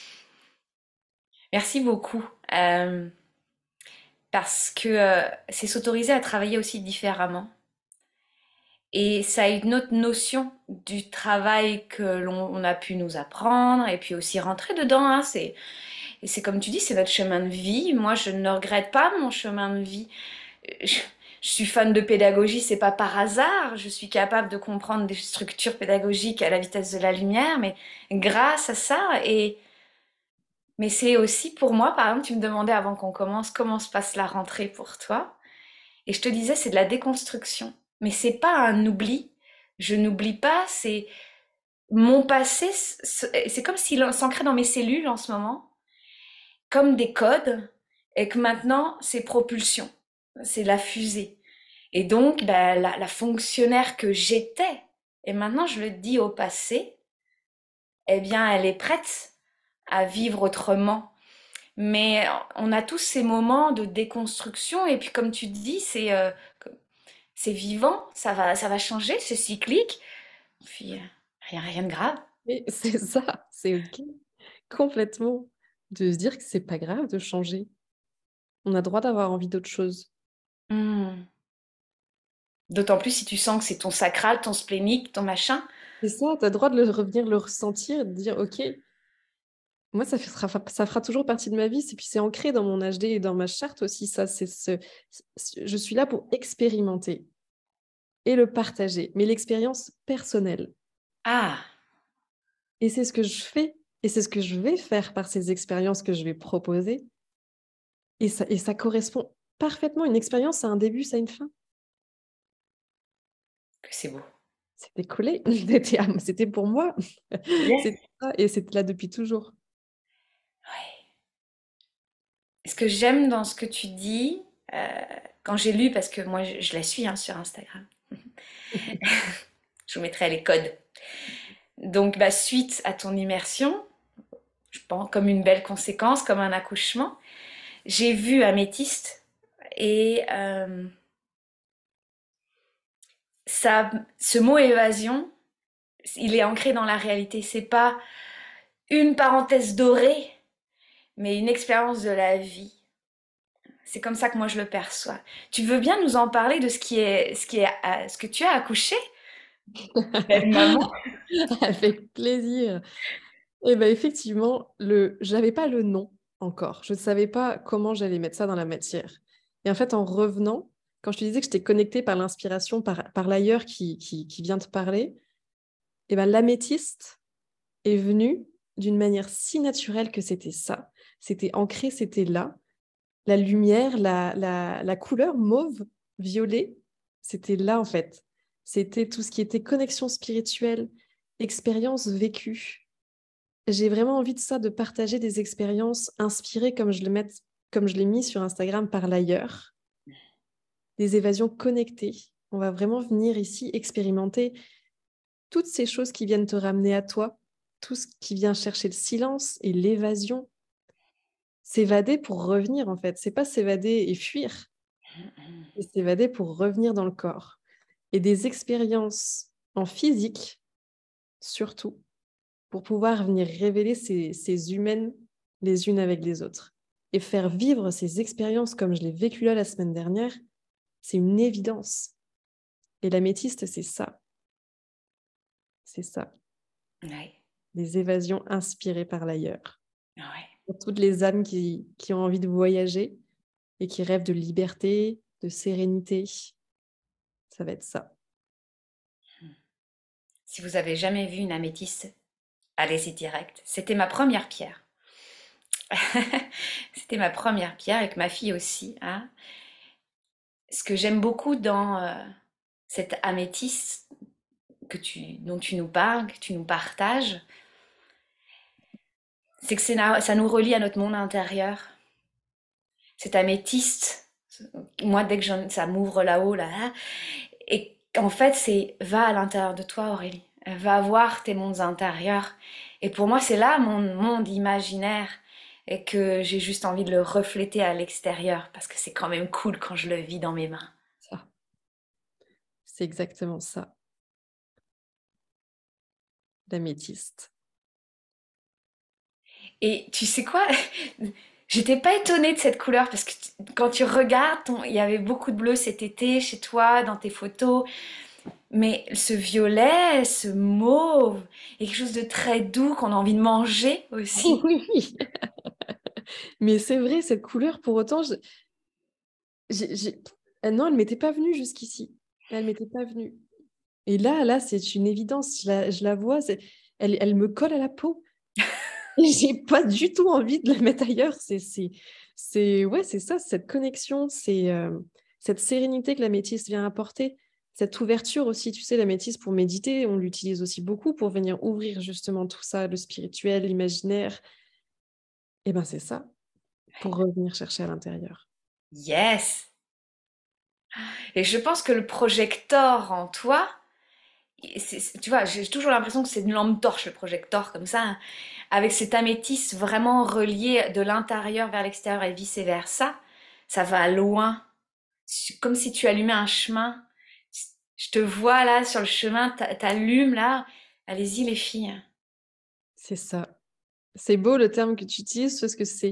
Merci beaucoup. Euh, parce que euh, c'est s'autoriser à travailler aussi différemment. Et ça a une autre notion du travail que l'on on a pu nous apprendre et puis aussi rentrer dedans. Hein, c'est, et c'est comme tu dis, c'est notre chemin de vie. Moi, je ne regrette pas mon chemin de vie. Je, je suis fan de pédagogie, c'est pas par hasard. Je suis capable de comprendre des structures pédagogiques à la vitesse de la lumière, mais grâce à ça. Et mais c'est aussi pour moi, par exemple, tu me demandais avant qu'on commence comment se passe la rentrée pour toi. Et je te disais, c'est de la déconstruction. Mais c'est pas un oubli. Je n'oublie pas, c'est mon passé, c'est comme s'il s'ancrait dans mes cellules en ce moment, comme des codes, et que maintenant, c'est propulsion. C'est la fusée. Et donc, bah, la, la fonctionnaire que j'étais, et maintenant je le dis au passé, eh bien, elle est prête à vivre autrement. Mais on a tous ces moments de déconstruction, et puis comme tu dis, c'est euh, c'est vivant, ça va, ça va changer, c'est cyclique, puis euh, rien, rien de grave. Et c'est ça, c'est OK. Complètement. De se dire que c'est pas grave de changer. On a droit d'avoir envie d'autre chose. Hmm. D'autant plus si tu sens que c'est ton sacral, ton splénique, ton machin. C'est ça, tu as le droit de le revenir le ressentir et de dire OK, moi, ça fera, ça fera toujours partie de ma vie. Et puis, c'est ancré dans mon H D et dans ma charte aussi. Ça, c'est ce, ce- je suis là pour expérimenter et le partager, mais l'expérience personnelle. Ah, Et c'est ce que je fais. Et c'est ce que je vais faire par ces expériences que je vais proposer. Et ça, et ça correspond parfaitement. Une expérience, ça a un début, ça a une fin. que c'est beau. C'était collé. C'était c'était pour moi. Yes. C'est ça. Et c'est là depuis toujours. Ouais. Ce que j'aime dans ce que tu dis, euh, quand j'ai lu, parce que moi je, je la suis hein, sur Instagram, je vous mettrai les codes. Donc, bah, suite à ton immersion, je pense comme une belle conséquence, comme un accouchement, j'ai vu Améthyste et euh, ça, ce mot évasion, il est ancré dans la réalité. C'est pas une parenthèse dorée, mais une expérience de la vie. C'est comme ça que moi je le perçois. Tu veux bien nous en parler de ce qui est, ce qui est, euh, ce que tu as accouché, belle maman? Avec plaisir. Et ben effectivement, le... j'avais pas le nom encore. Je ne savais pas comment j'allais mettre ça dans la matière. Et en fait, en revenant, quand je te disais que j'étais connectée par l'inspiration, par, par l'ailleurs qui, qui, qui vient te parler, et ben l'améthyste est venu d'une manière si naturelle que c'était ça. C'était ancré, c'était là. La lumière, la, la, la couleur mauve, violet, c'était là en fait. C'était tout ce qui était connexion spirituelle, expérience vécue. J'ai vraiment envie de ça, de partager des expériences inspirées comme je le mets, comme je l'ai mis sur Instagram par l'ailleurs, des évasions connectées. On va vraiment venir ici expérimenter toutes ces choses qui viennent te ramener à toi, tout ce qui vient chercher le silence et l'évasion. S'évader pour revenir en fait, c'est pas s'évader et fuir, c'est s'évader pour revenir dans le corps. Et des expériences en physique, surtout, pour pouvoir venir révéler ces, ces humaines les unes avec les autres. Et faire vivre ces expériences comme je l'ai vécu là la semaine dernière, c'est une évidence. Et l'améthyste, c'est ça. C'est ça. Ouais. Les évasions inspirées par l'ailleurs. Ouais. Pour toutes les âmes qui, qui ont envie de voyager et qui rêvent de liberté, de sérénité, ça va être ça. Si vous avez jamais vu une améthyste, allez-y direct. C'était ma première pierre. C'était ma première pierre avec ma fille aussi. Hein. Ce que j'aime beaucoup dans euh, cette améthyste que tu, dont tu nous parles, que tu nous partages, c'est que c'est na- ça nous relie à notre monde intérieur. Cette améthyste, moi dès que j'en- ça m'ouvre là-haut, là, là, et en fait c'est va à l'intérieur de toi Aurélie, va voir tes mondes intérieurs. Et pour moi c'est là mon monde imaginaire et que j'ai juste envie de le refléter à l'extérieur parce que c'est quand même cool quand je le vis dans mes mains. Ça. C'est exactement ça. L'améthyste. Et tu sais quoi? J'étais pas étonnée de cette couleur parce que tu- quand tu regardes, ton- il y avait beaucoup de bleu cet été chez toi, dans tes photos. Mais ce violet, ce mauve, il y a quelque chose de très doux qu'on a envie de manger aussi. Oui, mais c'est vrai, cette couleur, pour autant, je... j'ai- j'ai- euh, non, elle m'était pas venue jusqu'ici. Elle m'était pas venue. Et là, là, c'est une évidence. Je la, je la vois, c'est- elle, elle me colle à la peau. Et j'ai pas du tout envie de la mettre ailleurs. C'est, c'est, c'est, ouais, c'est ça, cette connexion, c'est euh, cette sérénité que la métisse vient apporter, cette ouverture aussi. Tu sais, la métisse pour méditer, on l'utilise aussi beaucoup pour venir ouvrir justement tout ça, le spirituel, l'imaginaire. Et ben c'est ça, pour revenir chercher à l'intérieur. Yes! Et je pense que le projecteur en toi, c'est- c'est- tu vois, j'ai toujours l'impression que c'est une lampe torche, le projecteur, comme ça, hein, avec cet améthyste vraiment relié de l'intérieur vers l'extérieur et vice-versa. Ça va loin. C'est comme si tu allumais un chemin. Je te vois là sur le chemin, t'a- t'allumes là. Allez-y les filles. C'est ça. C'est beau le terme que tu utilises parce que c'est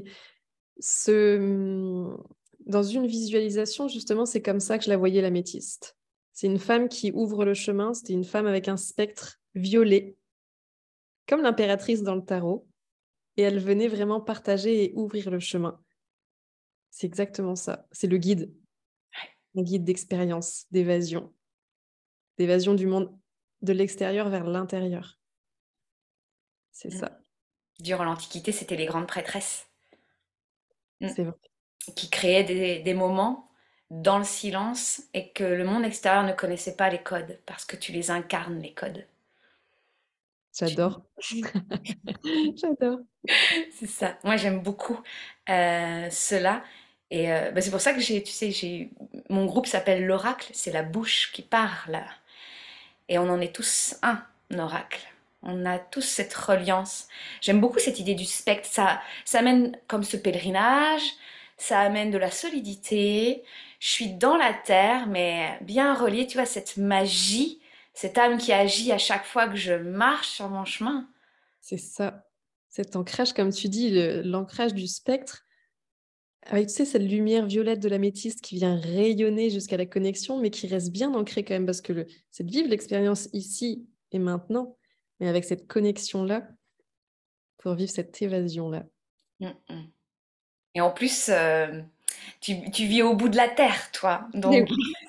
ce... Dans une visualisation, justement, c'est comme ça que je la voyais, l'améthyste. C'est une femme qui ouvre le chemin, c'était une femme avec un spectre violet, comme l'impératrice dans le tarot, et elle venait vraiment partager et ouvrir le chemin. C'est exactement ça. C'est le guide, un guide d'expérience, d'évasion, d'évasion du monde de l'extérieur vers l'intérieur. C'est Mm. ça, Durant l'Antiquité, c'était les grandes prêtresses mm, c'est vrai. qui créaient des, des moments dans le silence et que le monde extérieur ne connaissait pas les codes parce que tu les incarnes, les codes. Tu- J'adore. J'adore. C'est ça. Moi, j'aime beaucoup euh, cela. Et euh, bah, c'est pour ça que j'ai, tu sais, j'ai mon groupe s'appelle l'Oracle, c'est la bouche qui parle. Et on en est tous un oracle. On a tous cette reliance. J'aime beaucoup cette idée du spectre. Ça, ça amène comme ce pèlerinage, ça amène de la solidité. Je suis dans la terre, mais bien reliée, tu vois, cette magie, cette âme qui agit à chaque fois que je marche sur mon chemin. C'est ça. Cet ancrage, comme tu dis, le- l'ancrage du spectre, avec, tu sais, cette lumière violette de l'améthyste qui vient rayonner jusqu'à la connexion, mais qui reste bien ancrée quand même, parce que le, c'est de vivre l'expérience ici et maintenant, mais avec cette connexion-là, pour vivre cette évasion-là. Mm, mm. Et en plus, euh, tu, tu vis au bout de la terre, toi. Mais Donc, oui,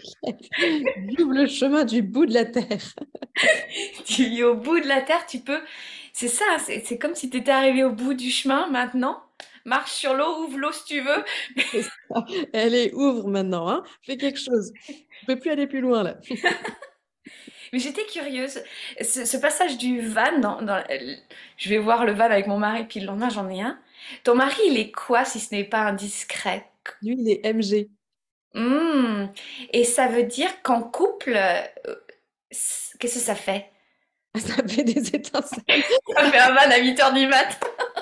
vive le chemin du bout de la terre. tu vis au bout de la terre, tu peux. C'est ça, c'est c'est comme si tu étais arrivé au bout du chemin maintenant. Marche sur l'eau, ouvre l'eau si tu veux. C'est ça. Allez, ouvre maintenant, hein. Fais quelque chose. Je peux plus aller plus loin là. Mais j'étais curieuse. Ce, ce passage du van, dans, dans- je vais voir le van avec mon mari, puis le lendemain j'en ai un. Ton mari, il est quoi si ce n'est pas indiscret? Lui, il est M G. Hmm. Et ça veut dire qu'en couple, euh, qu'est-ce que ça fait? Ça fait des étincelles. Ça fait un van à huit heures du mat.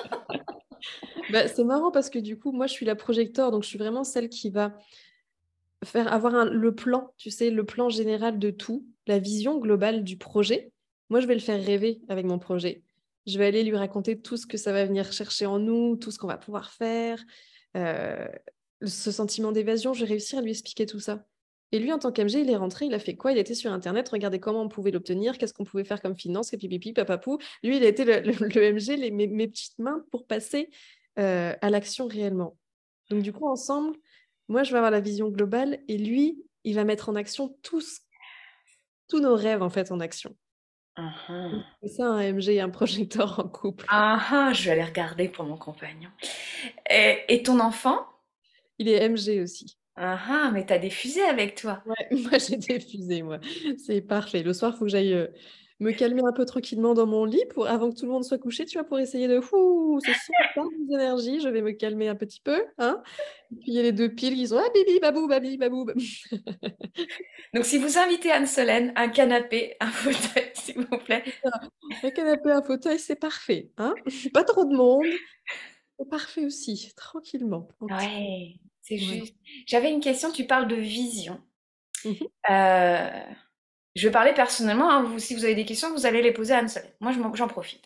Bah, c'est marrant parce que du coup, moi, je suis la projecteur, donc je suis vraiment celle qui va faire avoir un- le plan, tu sais, le plan général de tout, la vision globale du projet, moi, je vais le faire rêver avec mon projet. Je vais aller lui raconter tout ce que ça va venir chercher en nous, tout ce qu'on va pouvoir faire. Euh, ce sentiment d'évasion, je vais réussir à lui expliquer tout ça. Et lui, en tant qu'M G, il est rentré, il a fait quoi? Il était sur Internet, regardez comment on pouvait l'obtenir, qu'est-ce qu'on pouvait faire comme finance, et pipipi, papapou. Lui, il a été le, le, le M G, les, mes, mes petites mains pour passer euh, à l'action réellement. Donc, du coup, ensemble, moi, je vais avoir la vision globale et lui, il va mettre en action tous, tous nos rêves, en fait, en action. Uh-huh. C'est ça, un M G et un projecteur en couple. Uh-huh. Je vais aller regarder pour mon compagnon. Et, et ton enfant? Il est M G aussi. Uh-huh. Mais t'as des fusées avec toi. Ouais, moi j'ai des fusées, moi. C'est parfait. Le soir, il faut que j'aille euh, me calmer un peu tranquillement dans mon lit pour, avant que tout le monde soit couché, tu vois, pour essayer de ouh, ce sont des énergies. Je vais me calmer un petit peu. Hein. Et puis il y a les deux piles qui sont ah, bibi, babou, babi, babou. babou. Donc, si vous invitez Anne-Solène, un canapé, un fauteuil, s'il vous plaît. Un canapé, un fauteuil, c'est parfait. Hein. Pas trop de monde. C'est parfait aussi, tranquillement. tranquille. Ouais, c'est Voilà. juste. J'avais une question, tu parles de vision. Mhm. Euh, je vais parler personnellement, hein, vous, si vous avez des questions, vous allez les poser à Anne-Solène. Moi, je m'en- j'en profite.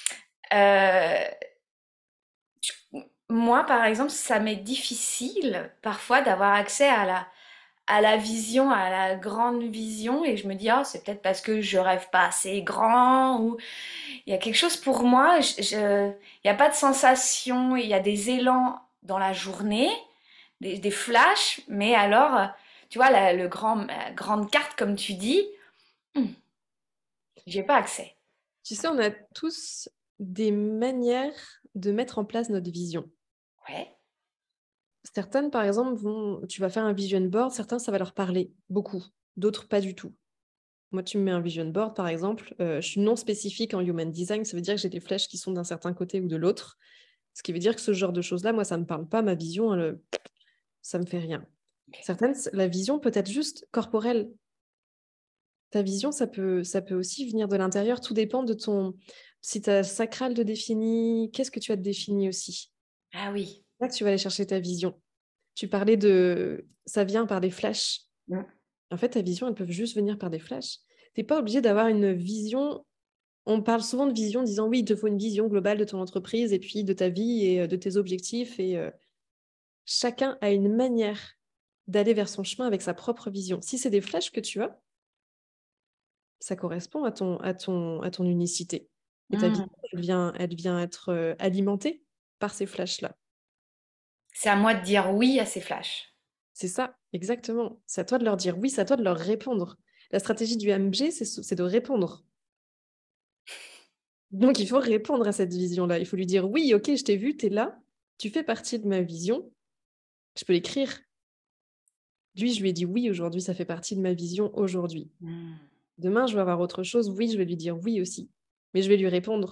Euh, tu- Moi, par exemple, ça m'est difficile parfois d'avoir accès à la, à la vision, à la grande vision, et je me dis, ah, c'est peut-être parce que je rêve pas assez grand, ou il y a quelque chose pour moi, je, je- il n'y a pas de sensation, il y a des élans dans la journée, des, des flashs, mais alors, euh, tu vois, la, le grand, la grande carte, comme tu dis, hmm, j'ai pas accès. Tu sais, on a tous des manières de mettre en place notre vision. Ouais. Certaines, par exemple, vont, tu vas faire un vision board, certains, ça va leur parler beaucoup, d'autres pas du tout. Moi, tu me mets un vision board, par exemple, euh, je suis non spécifique en human design, ça veut dire que j'ai des flèches qui sont d'un certain côté ou de l'autre, ce qui veut dire que ce genre de choses-là, moi, ça ne me parle pas, ma vision, elle, ça me fait rien. Certaines, la vision peut être juste corporelle. Ta vision, ça peut, ça peut aussi venir de l'intérieur, tout dépend de ton... Si ta sacrale te définit, qu'est-ce que tu as de défini aussi? Ah oui. Là que tu vas aller chercher ta vision. Tu parlais de... Ça vient par des flashs. Hmm. En fait, ta vision, elles peuvent juste venir par des flashs. Tu n'es pas obligé d'avoir une vision. On parle souvent de vision en disant oui, il te faut une vision globale de ton entreprise et puis de ta vie et euh, de tes objectifs. Et euh, chacun a une manière d'aller vers son chemin avec sa propre vision. Si c'est des flashs que tu as, ça correspond à ton, à ton, à ton unicité. Et ta Hmm. vision, elle vient, elle vient être euh, alimentée par ces flashs-là. C'est à moi de dire oui à ces flashs. C'est ça, exactement. C'est à toi de leur dire oui, c'est à toi de leur répondre. La stratégie du M G, c'est c'est de répondre. Donc, il faut répondre à cette vision-là. Il faut lui dire oui, ok, je t'ai vu, tu es là, tu fais partie de ma vision, je peux l'écrire. Lui, je lui ai dit oui aujourd'hui, ça fait partie de ma vision aujourd'hui. Hmm. Demain, je vais avoir autre chose, oui, je vais lui dire oui aussi. Mais je vais lui répondre.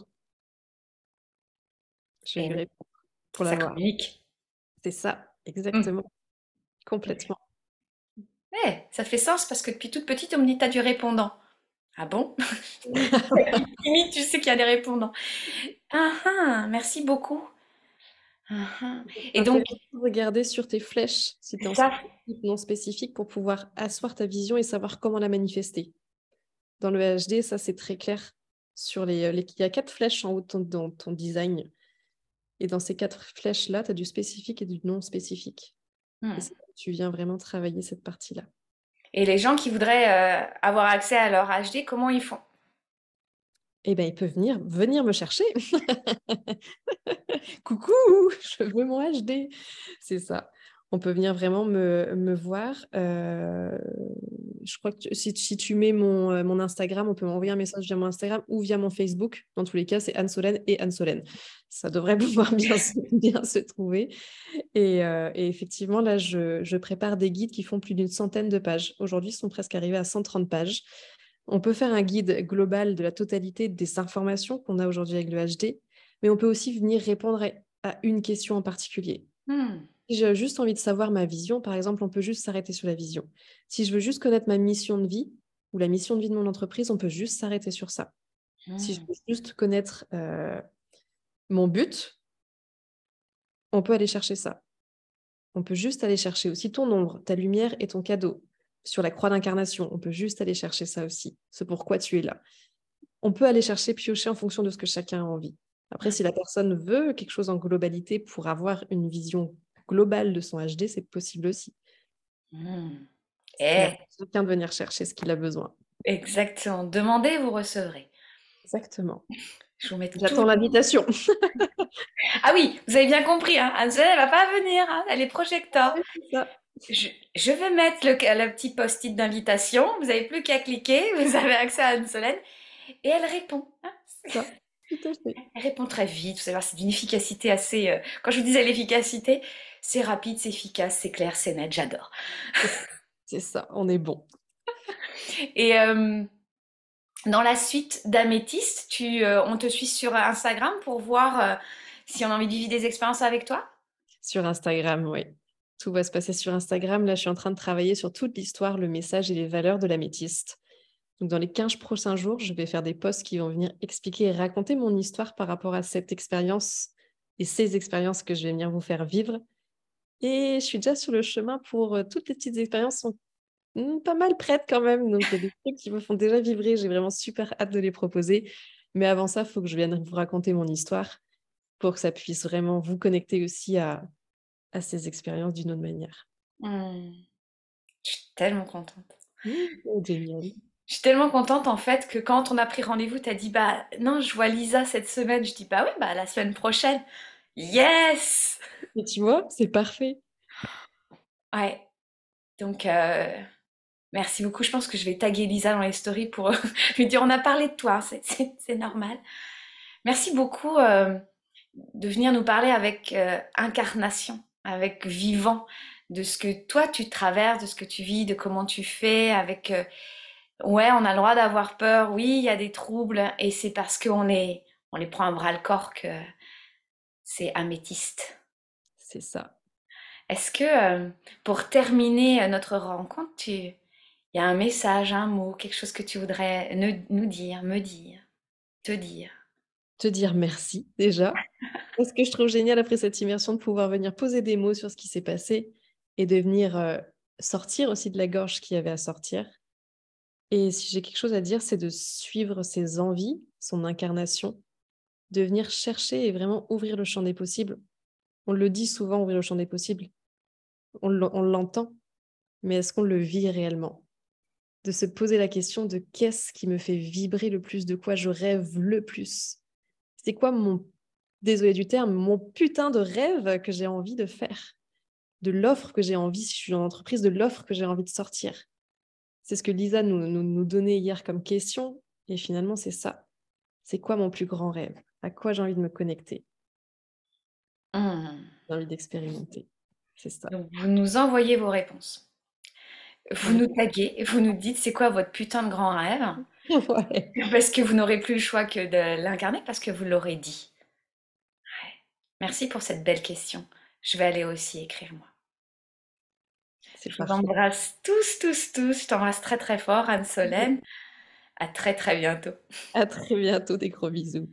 Je vais Et lui oui, répondre pour ça l'avoir. communique. C'est ça, Hmm. exactement, complètement. Eh, ça fait sens parce que depuis toute petite, on me dit t'as du répondant. Ah bon? Limite, tu sais qu'il y a des répondants. Ah ah, merci beaucoup. Ah ah. C'est Et donc, intéressant de regarder sur tes flèches, si tu es en ça, spécifique, non spécifique, pour pouvoir asseoir ta vision et savoir comment la manifester. Dans le H D, ça c'est très clair. Sur les, les- Il y a quatre flèches en haut de ton, dans ton design. Et dans ces quatre flèches-là, tu as du spécifique et du non spécifique. Et hmm. c'est là que tu viens vraiment travailler cette partie-là. Et les gens qui voudraient euh, avoir accès à leur H D, comment ils font? Eh bien, ils peuvent venir, venir me chercher. Coucou, je veux mon H D. C'est ça. On peut venir vraiment me, me voir. Euh, je crois que tu- si, si tu mets mon, euh, mon Instagram, on peut m'envoyer un message via mon Instagram ou via mon Facebook. Dans tous les cas, c'est Anne-Solène et Anne-Solène. Ça devrait pouvoir bien se, bien se trouver. Et, euh, et effectivement, là, je, je prépare des guides qui font plus d'une centaine de pages. Aujourd'hui, ils sont presque arrivés à cent trente pages. On peut faire un guide global de la totalité des informations qu'on a aujourd'hui avec le H D, mais on peut aussi venir répondre à à une question en particulier. Hmm. Si j'ai juste envie de savoir ma vision, par exemple, on peut juste s'arrêter sur la vision. Si je veux juste connaître ma mission de vie ou la mission de vie de mon entreprise, on peut juste s'arrêter sur ça. Si je Hmm. veux juste connaître euh, mon but, on peut aller chercher ça. On peut juste aller chercher aussi ton ombre, ta lumière et ton cadeau. sur la croix d'incarnation. On peut juste aller chercher ça aussi, ce pourquoi tu es là. On peut aller chercher, piocher en fonction de ce que chacun a envie. Après, si la personne veut quelque chose en globalité pour avoir une vision globale de son H D, c'est possible aussi. Mmh. C'est à Eh, chacun de venir chercher ce qu'il a besoin. exactement. Demandez, vous recevrez. Exactement. Je vous mets tout. J'attends l'invitation. Ah oui, vous avez bien compris, hein. Anne-Solène, elle va pas venir, hein. Elle est projecteur. Ouais, c'est ça. Je, je vais mettre le, le petit post-it d'invitation. Vous n'avez plus qu'à cliquer. Vous avez accès à Anne-Solène. Et elle répond, hein. Ça, tout à fait. Elle répond très vite. Vous allez voir, c'est d'une efficacité assez. euh, Quand je vous disais l'efficacité, c'est rapide, c'est efficace, c'est clair, c'est net. J'adore. C'est ça, on est bon. Et euh, dans la suite d'Améthyste, tu, euh, on te suit sur Instagram pour voir euh, si on a envie de vivre des expériences avec toi. Sur Instagram, oui. Tout va se passer sur Instagram. Là, je suis en train de travailler sur toute l'histoire, le message et les valeurs de l'améthyste. Donc, dans les quinze prochains jours, je vais faire des posts qui vont venir expliquer et raconter mon histoire par rapport à cette expérience et ces expériences que je vais venir vous faire vivre. Et je suis déjà sur le chemin pour euh, toutes les petites expériences sont mm, pas mal prêtes quand même. Donc, il y a des trucs qui me font déjà vibrer. J'ai vraiment super hâte de les proposer. Mais avant ça, il faut que je vienne vous raconter mon histoire pour que ça puisse vraiment vous connecter aussi à, à ces expériences d'une autre manière. Hmm. Je suis tellement contente. Mmh, c'est génial. Je suis tellement contente en fait que quand on a pris rendez-vous, tu as dit bah non, je vois Lisa cette semaine. Je dis bah oui, bah la semaine prochaine. Yes! Et tu vois, c'est parfait. Ouais. Donc euh, merci beaucoup. Je pense que je vais taguer Lisa dans les stories pour lui dire on a parlé de toi, c'est, c'est, c'est normal. Merci beaucoup euh, de venir nous parler avec euh, incarnation, avec vivant, de ce que toi tu traverses, de ce que tu vis, de comment tu fais, avec euh, ouais, on a le droit d'avoir peur, oui, il y a des troubles, et c'est parce qu'on est, on les prend à bras le corps que c'est améthyste. C'est ça. Est-ce que euh, pour terminer euh, notre rencontre, tu, il y a un message, un mot, quelque chose que tu voudrais nous, nous dire, me dire, te dire? Te dire merci déjà. Parce que je trouve génial après cette immersion de pouvoir venir poser des mots sur ce qui s'est passé et de venir euh, sortir aussi de la gorge qu'il y avait à sortir. Et si j'ai quelque chose à dire, c'est de suivre ses envies, son incarnation, de venir chercher et vraiment ouvrir le champ des possibles. On le dit souvent, ouvrir le champ des possibles. On l- on l'entend, mais est-ce qu'on le vit réellement? De se poser la question de qu'est-ce qui me fait vibrer le plus, de quoi je rêve le plus. C'est quoi mon, désolé du terme, mon putain de rêve que j'ai envie de faire, de l'offre que j'ai envie, si je suis en entreprise, de l'offre que j'ai envie de sortir. C'est ce que Lisa nous, nous, nous donnait hier comme question, et finalement c'est ça. C'est quoi mon plus grand rêve? À quoi j'ai envie de me connecter? Hmm. J'ai envie d'expérimenter. C'est ça. Donc vous nous envoyez vos réponses. Vous Oui. nous taguez, vous nous dites c'est quoi votre putain de grand rêve, Ouais. parce que vous n'aurez plus le choix que de l'incarner, parce que vous l'aurez dit. Ouais. Merci pour cette belle question. Je vais aller aussi écrire moi. C'est Je vous parfait. embrasse tous, tous, tous. Je t'embrasse très, très fort, Anne-Solène. À très, très bientôt. À très bientôt, des gros bisous.